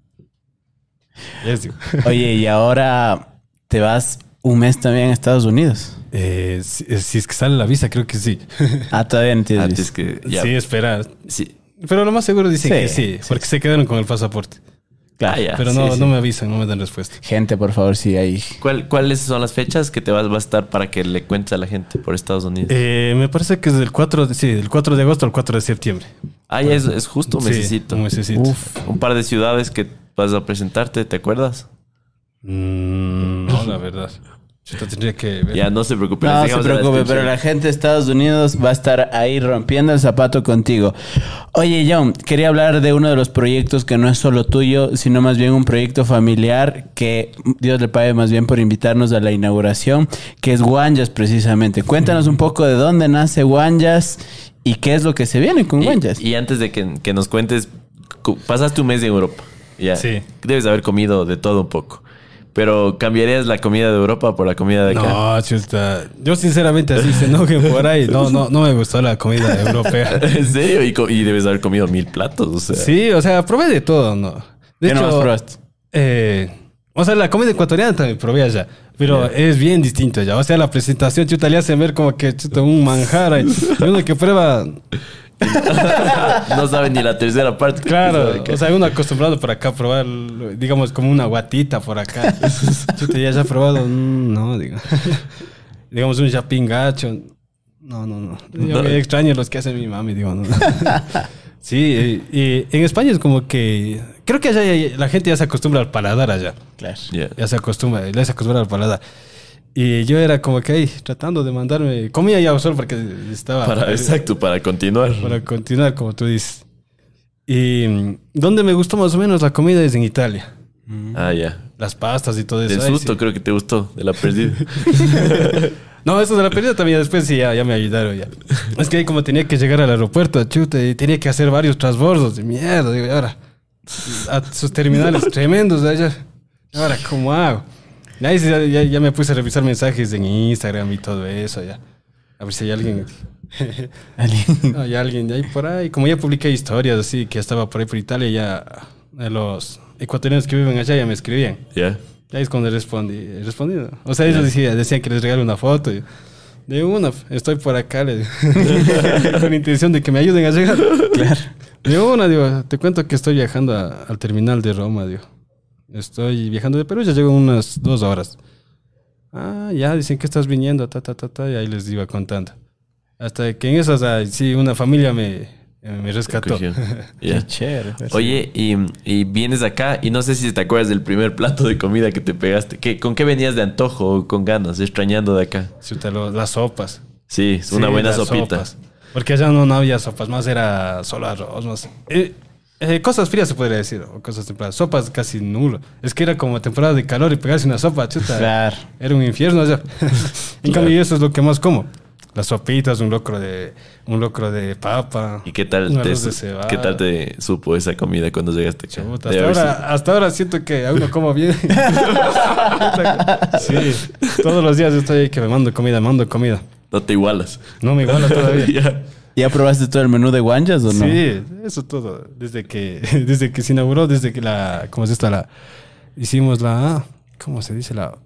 Yes,
oye, y ahora te vas un mes también a Estados Unidos.
Eh, si, si es que sale la visa, creo que sí.
Ah, todavía no tienes
Antes
visa.
que... Ya.
Sí, espera.
Sí.
Pero lo más seguro dicen
Sí,
que sí,
sí,
porque
sí.
se quedaron con el pasaporte.
Claro.
Ah, ya.
Pero
Sí,
no,
sí.
no me avisan, no me dan respuesta.
Gente, por favor, sí, ahí.
¿Cuál, ¿Cuáles son las fechas que te vas, va a estar para que le cuentes a la gente por Estados Unidos?
Eh, me parece que es del cuatro de, sí, del cuatro de agosto al cuatro de septiembre.
Ah, ya es, es justo un
Sí,
mesecito.
un mesecito.
Uf.
Un par de ciudades que vas a presentarte, ¿te acuerdas?
Mm, no, la verdad. Yo te tendría que ver.
Ya, no se preocupe.
No
les
se
dejamos en la
preocupe,
descripción.
pero la gente de Estados Unidos va a estar ahí rompiendo el zapato contigo. Oye, John, quería hablar de uno de los proyectos que no es solo tuyo, sino más bien un proyecto familiar que Dios le pague más bien por invitarnos a la inauguración, que es Guanyas precisamente. Cuéntanos un poco de dónde nace Guanyas y qué es lo que se viene con
Y,
Guanyas.
y antes de que, que nos cuentes, cu- pasaste un mes en Europa. Ya.
Sí.
Debes haber comido de todo un poco. Pero ¿cambiarías la comida de Europa por la comida de acá?
No, chuta. Yo sinceramente así se enojen por ahí. No, no, no me gustó la comida europea.
¿En serio? Y, co- y debes haber comido mil platos, o sea.
Sí, o sea, probé de todo, ¿no? De
¿Qué nomás probaste?
Eh, o sea, la comida ecuatoriana también probé allá. Pero
Yeah.
es bien distinto allá. O sea, la presentación, chuta, le hacen ver como que chuta, un manjar. ahí. Y uno que prueba...
No saben ni la tercera parte.
Claro, o sea, uno acostumbrado por acá a probar, digamos, como una guatita por acá. Chuta, ya has probado, mm, no, digo. Digamos, un chapingacho. No, no, no. Yo
No.
extraño los que hacen mi mami, digo, no. Sí, y, y en España es como que... Creo que allá ya- la gente ya se acostumbra al paladar allá.
Claro.
Yeah.
Ya se acostumbra, ya se acostumbra al paladar. Y yo era como que ahí, tratando de mandarme... Comía ya solo porque estaba...
Para, exacto, para continuar.
Para continuar, como tú dices. Y mm, donde me gustó más o menos la comida es en Italia.
Ah, ya.
Las pastas y todo eso.
Del
Ay,
susto
sí.
creo que te gustó, de la perdida.
No, eso de la pérdida también después sí, ya, ya me ayudaron ya. Es que ahí como tenía que llegar al aeropuerto, chuta, y tenía que hacer varios transbordos de mierda, digo, y ahora, a sus terminales tremendos de allá. ¿Y ahora cómo hago? Y ahí sí, ya, ya, ya me puse a revisar mensajes en Instagram y todo eso, ya. A ver si hay alguien...
¿Alguien?
Hay alguien de ahí por ahí. Como ya publiqué historias así, que estaba por ahí por Italia, ya eh, los ecuatorianos que viven allá ya me escribían.
Ya.
Ahí es cuando respondí. respondí ¿no? O sea, ellos decían, decían que les regale una foto. Y, de una, estoy por acá, le digo. Con intención de que me ayuden a llegar.
Claro.
De una, digo, te cuento que estoy viajando a- al terminal de Roma, digo. Estoy viajando de Perú, ya llego en unas dos horas. Ah, ya, dicen que estás viniendo, ta, ta, ta, ta, y ahí les iba contando. Hasta que en esas, ah, sí, una familia me, me rescató.
Cogió. Ya.
Qué chévere. pues.
Oye, y, y vienes acá y no sé si te acuerdas del primer plato de comida que te pegaste. ¿Qué, ¿Con qué venías de antojo o con ganas, extrañando de acá?
Chuta, lo- las sopas.
Sí, es una
Sí,
buena
las
sopita.
sopas. Porque allá no, no había sopas, más era solo arroz, más. Eh, eh, cosas frías se podría decir, o cosas templadas. Sopas casi nulo. Es que era como temporada de calor y pegarse una sopa, chuta.
Claro.
Era un infierno allá. En cambio, eso es lo que más como. Las sopitas, un locro de, un locro de papa.
¿Y qué tal,
un
te,
arroz de
su-
cebada.
qué tal te supo esa comida cuando llegaste acá?
Chuta,
Debe
hasta,
haber
ahora, hasta ahora siento que aún no como bien. Sí, todos los días estoy ahí que me mando comida, mando comida.
sido- No te igualas.
No me iguala todavía.
Ya.
¿Ya probaste todo el menú de Guanyas o no?
Sí, eso todo. Desde que, desde que se inauguró, desde que la, ¿cómo es esta? La, hicimos la... ¿Cómo se dice? La, la,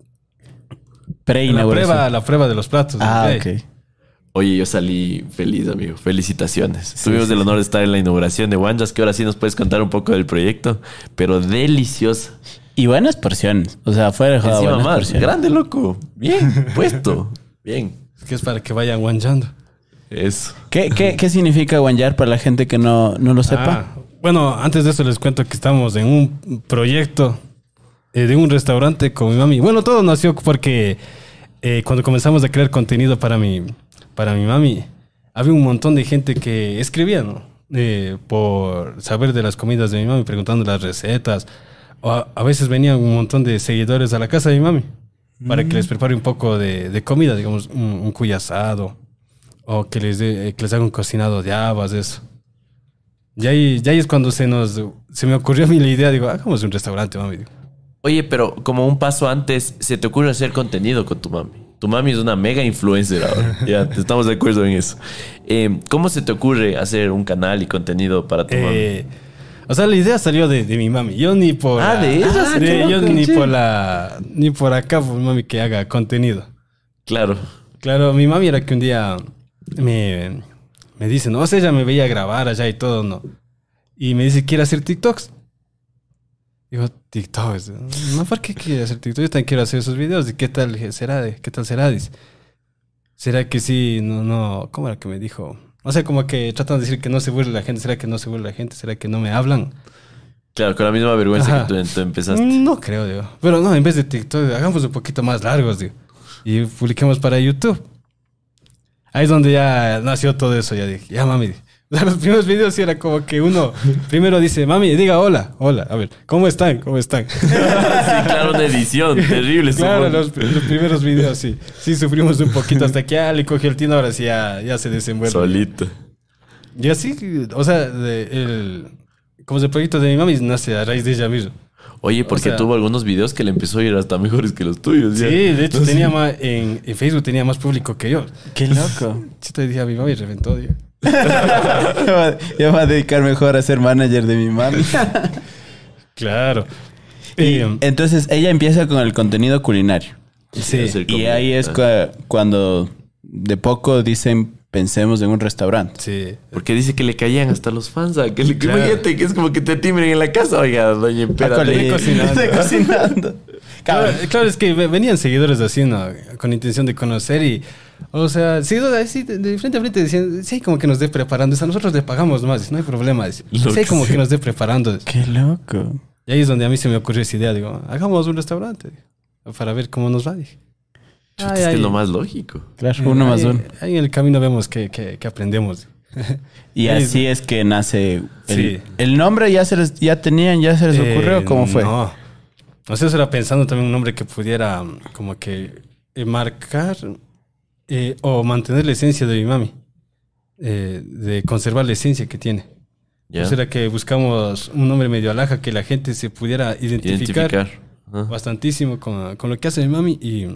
Pre-inauguración.
prueba, la prueba de los platos.
Ah,
¿ok?
ok.
Oye, yo salí feliz, amigo. Felicitaciones. Tuvimos el honor de estar en la inauguración de Wanjas, que ahora sí nos puedes contar un poco del proyecto, pero deliciosa.
Y buenas porciones. O sea, fue dejado
Encima
buenas
más,
porciones.
grande, loco. Bien, puesto. Bien.
Es que es para que vayan guanchando.
Eso.
¿Qué, qué, ¿Qué significa guanyar para la gente que no, no lo sepa?
Ah, bueno, antes de eso les cuento que estamos en un proyecto eh, de un restaurante con mi mami. Bueno, todo nació porque eh, cuando comenzamos a crear contenido para mi, para mi mami, había un montón de gente que escribía, ¿no? Eh, por saber de las comidas de mi mami, preguntando las recetas. O a, a veces venían un montón de seguidores a la casa de mi mami para que les prepare un poco de, de comida, digamos, un, un cuy asado o que les, de, que les haga un cocinado de habas, eso. Y ahí, y ahí es cuando se nos se me ocurrió a mí la idea, digo, hagamos un restaurante, mami.
Oye, pero como un paso antes, se te ocurre hacer contenido con tu mami. Tu mami es una mega influencer ahora. Ya, estamos de acuerdo en eso. Eh, ¿Cómo se te ocurre hacer un canal y contenido para tu
Eh, o sea, la idea salió de, de mi mami. Yo ni por...
Ah,
la-
de ella salió,
de- Yo
loco,
ni
che.
por la... Ni por acá, por mi mami que haga contenido.
mami? Claro.
Claro, mi mami era que un día me, me dice, no, o sea, ella me veía grabar allá y todo, ¿no? Y me dice, ¿quiere hacer TikToks? Digo, TikToks. No, ¿por qué quiere hacer TikToks? Yo también quiero hacer esos videos. ¿Y qué tal será? ¿Qué tal será? Dice, ¿será que sí? No, no. ¿Cómo era que me dijo? O sea, como que tratan de decir que no se burle la gente. ¿Será que no se burle la gente? ¿Será que no me hablan?
Claro, con la misma vergüenza
Ajá.
que tú, tú empezaste.
No creo, digo. Pero no, en vez de TikTok, hagamos un poquito más largos, digo. Y publiquemos para YouTube. Ahí es donde ya nació todo eso. Ya dije, ya mami. O sea, los primeros videos sí era como que uno primero dice, mami, diga hola, hola. A ver, ¿cómo están? ¿Cómo están?
Sí, claro, una edición terrible.
Claro,
supongo.
los, los primeros videos sí. Sí, sufrimos un poquito hasta que ya le cogió el tino, ahora sí ya, ya se desenvuelve.
Solito.
Y así, o sea, de, el, como el proyecto de mi mami nace a raíz de ella misma.
Oye, porque
O sea-
tuvo algunos videos que le empezó a ir hasta mejores que los tuyos. ya.
Sí, de hecho tenía más, en, en Facebook tenía más público que yo.
Qué loco.
Yo te dije a mi mami y reventó, tío.
Ya me voy a dedicar mejor a ser manager de mi mami.
Claro.
Y,
Y,
entonces ella empieza con el contenido culinario.
sí.
Hacer
Y
comida.
ahí es
Ah.
cua- cuando de poco dicen pensemos en un restaurante.
Sí.
Porque dice que le caían hasta los fans. ¿A? Que le,
Claro.
Imagínate que es como que te timbren en la casa. Oiga, doña Empera.
Paco,
le-
le-
cocinando.
de cocinando.
Claro,
Cabrón.
claro, es que ve- venían seguidores así, ¿no? Con intención de conocer y... O sea, sí, así de, de frente a frente decían, sí, como que nos dé preparando. A nosotros le pagamos más, dice, no hay problema. Dice,
Lo
sí,
que
como
sea.
que nos dé preparando. Dice.
Qué loco.
Y ahí es donde a mí se me ocurrió esa idea. Digo, hagamos un restaurante para ver cómo nos va. Dije.
Chuta,
Ay,
es que
ay.
es lo más lógico.
Claro, uno más
Ahí-
uno.
Ahí en el camino vemos que, que, que aprendemos.
Y
Ahí-
así es que nace el,
Sí.
el nombre. Ya se les, ya tenían, ya se les ocurrió.
Eh,
¿Cómo fue?
No. O sea, eso era pensando también un nombre que pudiera mm, como que eh, marcar eh, o mantener la esencia de mi mami. Eh, de conservar la esencia que tiene.
¿Ya?
Entonces era que buscamos un nombre medio alaja que la gente se pudiera identificar,
Identificar. Ajá.
bastantísimo con, con lo que hace mi mami y,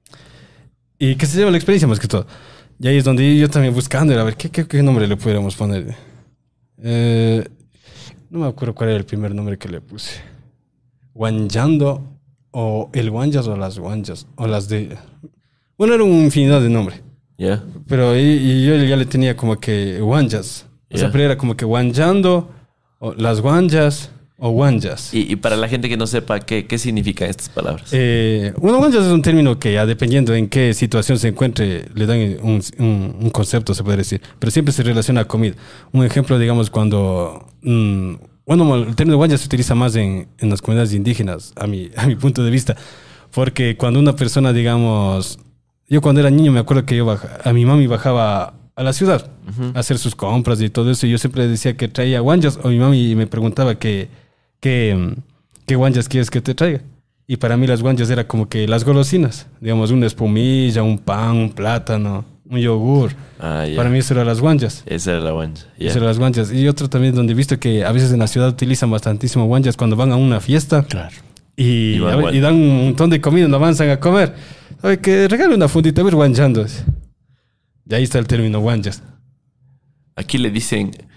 y que se lleva la experiencia más que todo. Y ahí es donde yo también buscando, era a ver qué, qué, qué nombre le pudiéramos poner. Eh, no me acuerdo cuál era el primer nombre que le puse. Wanjando o el Wanjas o las Wanjas o las de... Bueno, era una infinidad de nombres.
¿Ya?
Pero y, y yo ya le tenía como que Wanjas. O sea,
Ya.
pero era como que Wanjando o las Wanjas o Wanjas.
Y, y para la gente que no sepa qué, qué significan estas palabras.
Eh, bueno, Wanjas es un término que ya dependiendo en qué situación se encuentre le dan un, un- un concepto, se puede decir. Pero siempre se relaciona a comida. Un ejemplo, digamos, cuando... mm, bueno, el término Wanjas se utiliza más en, en las comunidades indígenas, a mi, a mi punto de vista. Porque cuando una persona, digamos... Yo cuando era niño me acuerdo que yo baja, a mi mami bajaba a la ciudad a hacer sus compras y todo eso. Y yo siempre decía que traía guanjas. O mi mami me preguntaba que, que, qué guanjas quieres que te traiga. Y para mí las guanjas era como que las golosinas. Digamos, una espumilla, un pan, un plátano, un yogur.
Ah, ya.
Para mí eso eran las guanjas.
Esa era la guanja. Ya.
Eso eran las guanjas. Y otro también donde he visto que a veces en la ciudad utilizan bastantísimo guanjas cuando van a una fiesta.
Claro.
Y,
Y van
a ver,
guan-
y dan un montón de comida, no avanzan a comer. Oye, que regale una fundita, a ver, guanchando. Y ahí está el término guanchas.
Aquí le dicen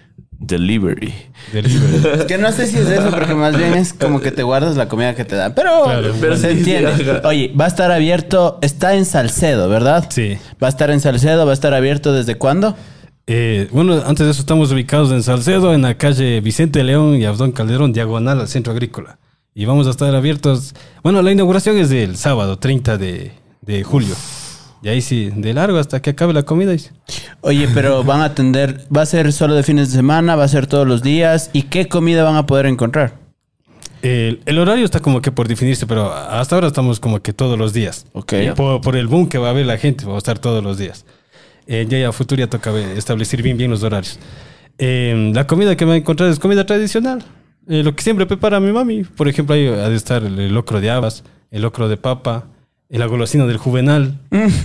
Delivery.
Delivery.
Es que no sé si es eso, porque más bien es como que te guardas la comida que te dan. Pero,
Claro,
pero se
sí,
entiende.
sí, ajá.
Oye, va a estar abierto, está en Salcedo, ¿verdad?
Sí.
Va a estar en Salcedo, va a estar abierto ¿desde cuándo?
Eh, bueno, antes de eso estamos ubicados en Salcedo, en la calle Vicente León y Abdón Calderón, diagonal al Centro Agrícola. Y vamos a estar abiertos... Bueno, la inauguración es del sábado, treinta de, de julio. Y ahí sí, de largo hasta que acabe la comida. dice.
Oye, pero van a atender, ¿va a ser solo de fines de semana? ¿Va a ser todos los días? ¿Y qué comida van a poder encontrar?
El, el horario está como que por definirse, pero hasta ahora estamos como que todos los días.
Ok.
Por, por el boom que va a haber la gente, va a estar todos los días. Eh, ya a futuro ya toca ver- establecer bien bien los horarios. Eh, la comida que va a encontrar es comida tradicional. Eh, lo que siempre prepara mi mami. Por ejemplo, ahí ha de estar el, el locro de habas, el locro de papa, la golosina del juvenal.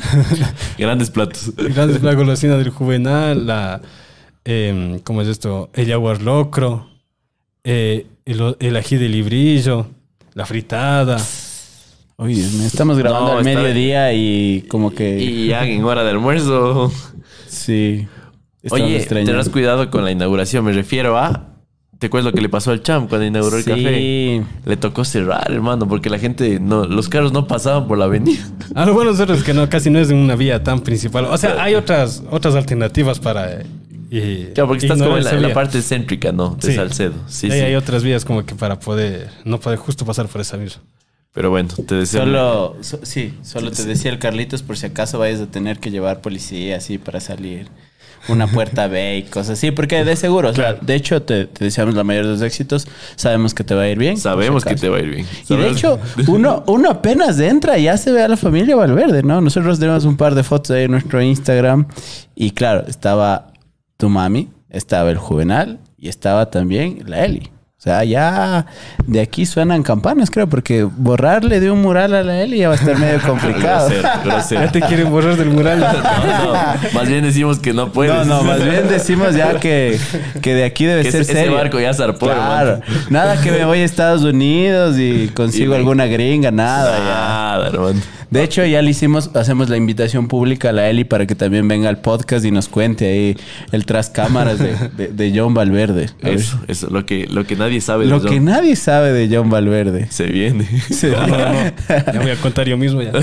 Grandes platos.
Grandes, la golosina del juvenal, la... eh, ¿cómo es esto? El yaguar locro, eh, el, el ají de librillo, la fritada.
Oye, estamos grabando
No,
al
está
mediodía y como que...
Y ya en hora de almuerzo.
Sí. estamos
Oye,
extrañando.
tendrás cuidado con la inauguración. Me refiero a... ¿Te acuerdas lo que le pasó al Champ cuando inauguró el
Sí.
café? Le tocó cerrar, hermano, porque la gente... no Los carros no pasaban por la avenida.
Ah, lo bueno es que no, casi no es en una vía tan principal. O sea, hay otras, otras alternativas para... eh,
Claro, porque estás
ignorar
como en la,
esa
en la
vía.
parte céntrica, ¿no? De
Sí.
Salcedo. Sí,
Ahí
sí.
hay otras vías como que para poder... No poder justo pasar por esa misma.
Pero bueno, te deseo...
Solo, so- sí, solo te decía el Carlitos por si acaso vayas a tener que llevar policía así para salir. Una puerta B y cosas así, porque de seguro, o sea, de hecho te, te deseamos la mayor de los éxitos, sabemos que te va a ir bien. por
Sabemos
si
que
acaso.
te va a ir bien.
Y de
Sabemos-
hecho, uno, uno apenas entra y ya se ve a la familia Valverde, ¿no? Nosotros tenemos un par de fotos ahí en nuestro Instagram y claro, estaba tu mami, estaba el Juvenal y estaba también la Eli. O sea, ya de aquí suenan campanas, creo, porque borrarle de un mural a la Eli ya va a estar medio complicado.
Grosero, grosero.
Ya te quieren borrar del mural.
No, no. Más bien decimos que no puedes.
No, no, más bien decimos ya que, que de aquí debe
Que
ser
ese, ese
serio.
barco ya zarpó,
Claro,
hermano.
nada que me voy a Estados Unidos y consigo
Y me-
alguna gringa, nada ya.
Nada, hermano.
De hecho, ya le hicimos, hacemos la invitación pública a la Eli para que también venga al podcast y nos cuente ahí el tras cámaras de, de, de John Valverde. A ver.
Eso, eso, lo que, lo que nadie sabe de
Lo
John.
que nadie sabe de John Valverde.
Se viene.
No, no, no. Ya voy a contar yo mismo ya.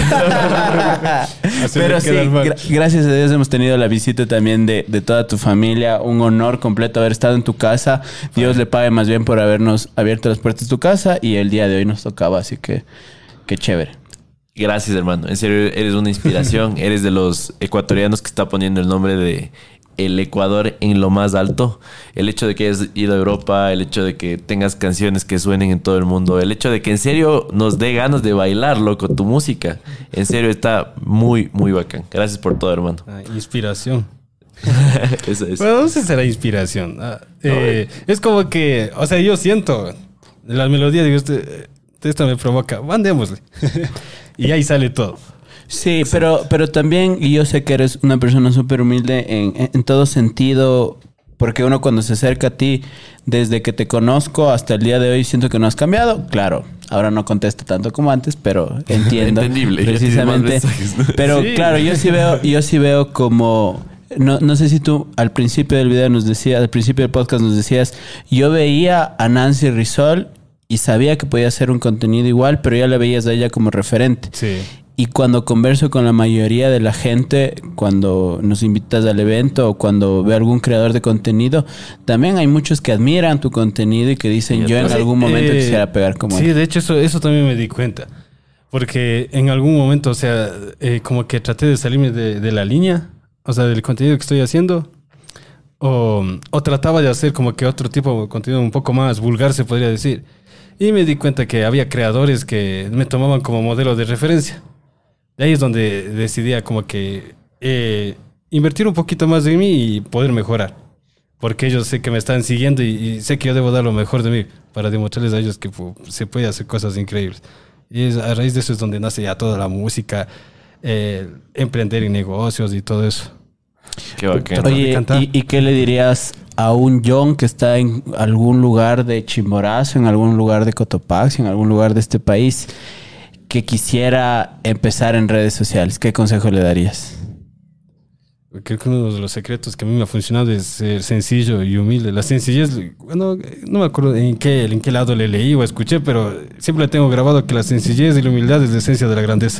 Así
Pero
me
sí,
queda el mal.
gra- gracias a Dios hemos tenido la visita también de, de toda tu familia. Un honor completo haber estado en tu casa. Dios le pague más bien por habernos abierto las puertas de tu casa y el día de hoy nos tocaba, así que qué chévere.
Gracias, hermano. En serio, eres una inspiración. Eres de los ecuatorianos que está poniendo el nombre de el Ecuador en lo más alto. El hecho de que hayas ido a Europa, el hecho de que tengas canciones que suenen en todo el mundo, el hecho de que en serio nos dé ganas de bailar, loco, tu música. En serio, está muy, muy bacán. Gracias por todo, hermano.
Ah, inspiración.
Eso es.
Bueno, no sé si será inspiración. Ah, eh, es como que, o sea, yo siento las melodías, digo, este, esto me provoca, mandémosle. Y ahí sale todo.
Sí, pero, pero también, y yo sé que eres una persona súper humilde en, en, en todo sentido, porque uno cuando se acerca a ti, desde que te conozco hasta el día de hoy, siento que no has cambiado. Claro, ahora no contesta tanto como antes, pero entiendo.
Entendible, ya tienes
Precisamente.
más mensajes, ¿no?
Pero
Sí.
claro, yo sí veo, yo sí veo como... No, no sé si tú al principio del video nos decías, al principio del podcast nos decías, yo veía a Nancy Rizol y sabía que podía hacer un contenido igual, pero ya la veías a ella como referente.
Sí.
Y cuando converso con la mayoría de la gente, cuando nos invitas al evento o cuando veo algún creador de contenido, también hay muchos que admiran tu contenido y que dicen,
Sí,
yo en
sí,
algún momento
Eh,
quisiera pegar como
Sí,
él.
de hecho, eso, eso también me di cuenta. Porque en algún momento, o sea, eh, como que traté de salirme de, de la línea, o sea, del contenido que estoy haciendo. O, o trataba de hacer como que otro tipo de contenido un poco más vulgar, se podría decir. Y me di cuenta que había creadores que me tomaban como modelo de referencia. De ahí es donde decidí como que eh, invertir un poquito más en mí y poder mejorar. Porque ellos sé que me están siguiendo y, y sé que yo debo dar lo mejor de mí para demostrarles a ellos que pu, se puede hacer cosas increíbles. Y es, a raíz de eso es donde nace ya toda la música, eh, emprender en negocios y todo eso.
Qué bacán.
Oye,
cantar.
¿y, ¿y qué le dirías a un John que está en algún lugar de Chimborazo, en algún lugar de Cotopaxi, en algún lugar de este país, que quisiera empezar en redes sociales? ¿Qué consejo le darías?
Creo que uno de los secretos que a mí me ha funcionado es ser sencillo y humilde. La sencillez, bueno, no me acuerdo en qué, en qué lado le leí o escuché, pero siempre le tengo grabado que la sencillez y la humildad es la esencia de la grandeza.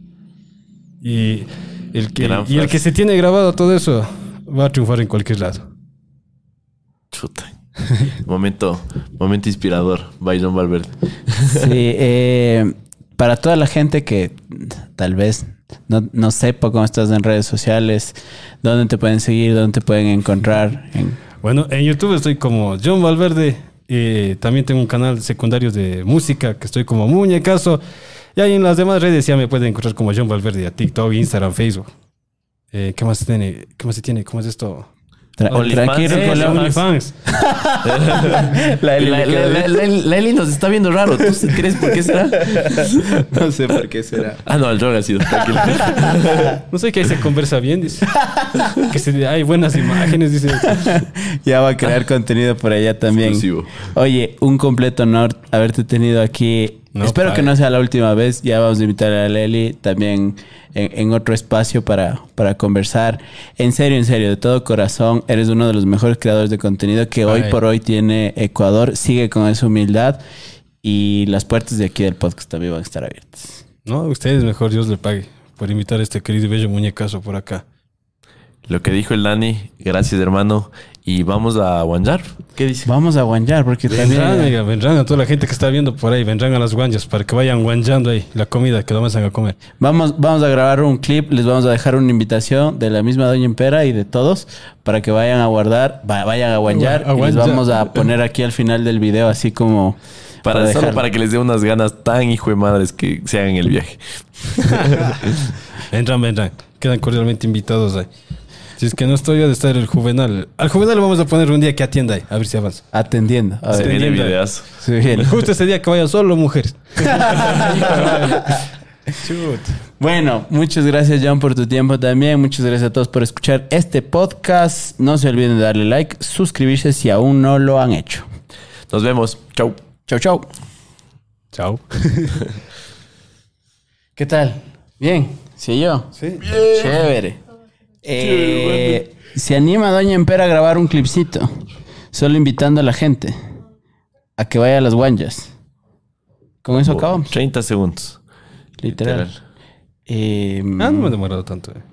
Y el que, y el que se tiene grabado todo eso va a triunfar en cualquier lado.
Chuta. momento, momento inspirador. Byron Valverde.
Sí, eh, para toda la gente que tal vez no, no sepa cómo estás en redes sociales, dónde te pueden seguir, dónde te pueden encontrar. En...
Bueno, en YouTube estoy como John Valverde. Eh, también tengo un canal secundario de música que estoy como Muñecazo. Y ahí en las demás redes ya me pueden encontrar como John Valverde, a TikTok, Instagram, Facebook. Eh, ¿Qué más tiene? ¿Qué más se tiene? ¿Cómo es esto?
Tra tranquilo con la
OnlyFans.
La Eli,
la, la, la, la, la Eli nos está viendo raro. ¿Tú crees por qué será?
No sé por qué será.
Ah, no, el droga ha sido. Tranquilo.
No sé, que ahí se conversa bien, dice. Que se, hay buenas imágenes, dice.
Ya va a crear contenido por allá también.
Exclusivo.
Oye, un completo honor haberte tenido aquí. No, Espero padre. que no sea la última vez. Ya vamos a invitar a Leli también en, en otro espacio para, para conversar. En serio, en serio, de todo corazón, eres uno de los mejores creadores de contenido que Ay. hoy por hoy tiene Ecuador. Sigue con esa humildad y las puertas de aquí del podcast también van a estar abiertas.
No, ustedes mejor Dios le pague por invitar a este querido y bello muñecazo por acá.
Lo que dijo el Dani, gracias hermano. Y vamos a Wanjar. ¿Qué dice?
Vamos a Wanjar porque
vendrán,
también...
amiga, vendrán a toda la gente que está viendo por ahí, vendrán a las Wanjas para que vayan wanjando ahí la comida que vamos a comer.
Vamos, vamos a grabar un clip, les vamos a dejar una invitación de la misma Doña Empera y de todos para que vayan a guardar, vayan a Wanjar y les vamos a poner aquí al final del video así como...
Para, para solo para que les dé unas ganas tan hijo de madres que se hagan el viaje.
Vendrán, vendrán. Quedan cordialmente invitados ahí. Si es que no estoy yo de estar el Juvenal. Al Juvenal le vamos a poner un día que atienda ahí. A ver si avanza.
Atendiendo. A
se
ver.
viene videazo.
Se viene.
Justo ese día que vayan solo mujeres.
Bueno, muchas gracias John por tu tiempo también. Muchas gracias a todos por escuchar este podcast. No se olviden de darle like, suscribirse si aún no lo han hecho.
Nos vemos. Chau.
Chau, chau.
Chau.
¿Qué tal? ¿Bien? ¿Sí yo?
Sí.
Bien. Chévere. Eh, se anima Doña Empera a grabar un clipcito, solo invitando a la gente a que vaya a las Wanjas. Con eso acabamos.
treinta segundos.
Literal.
Literal.
Eh,
ah, no me he demorado tanto. Eh.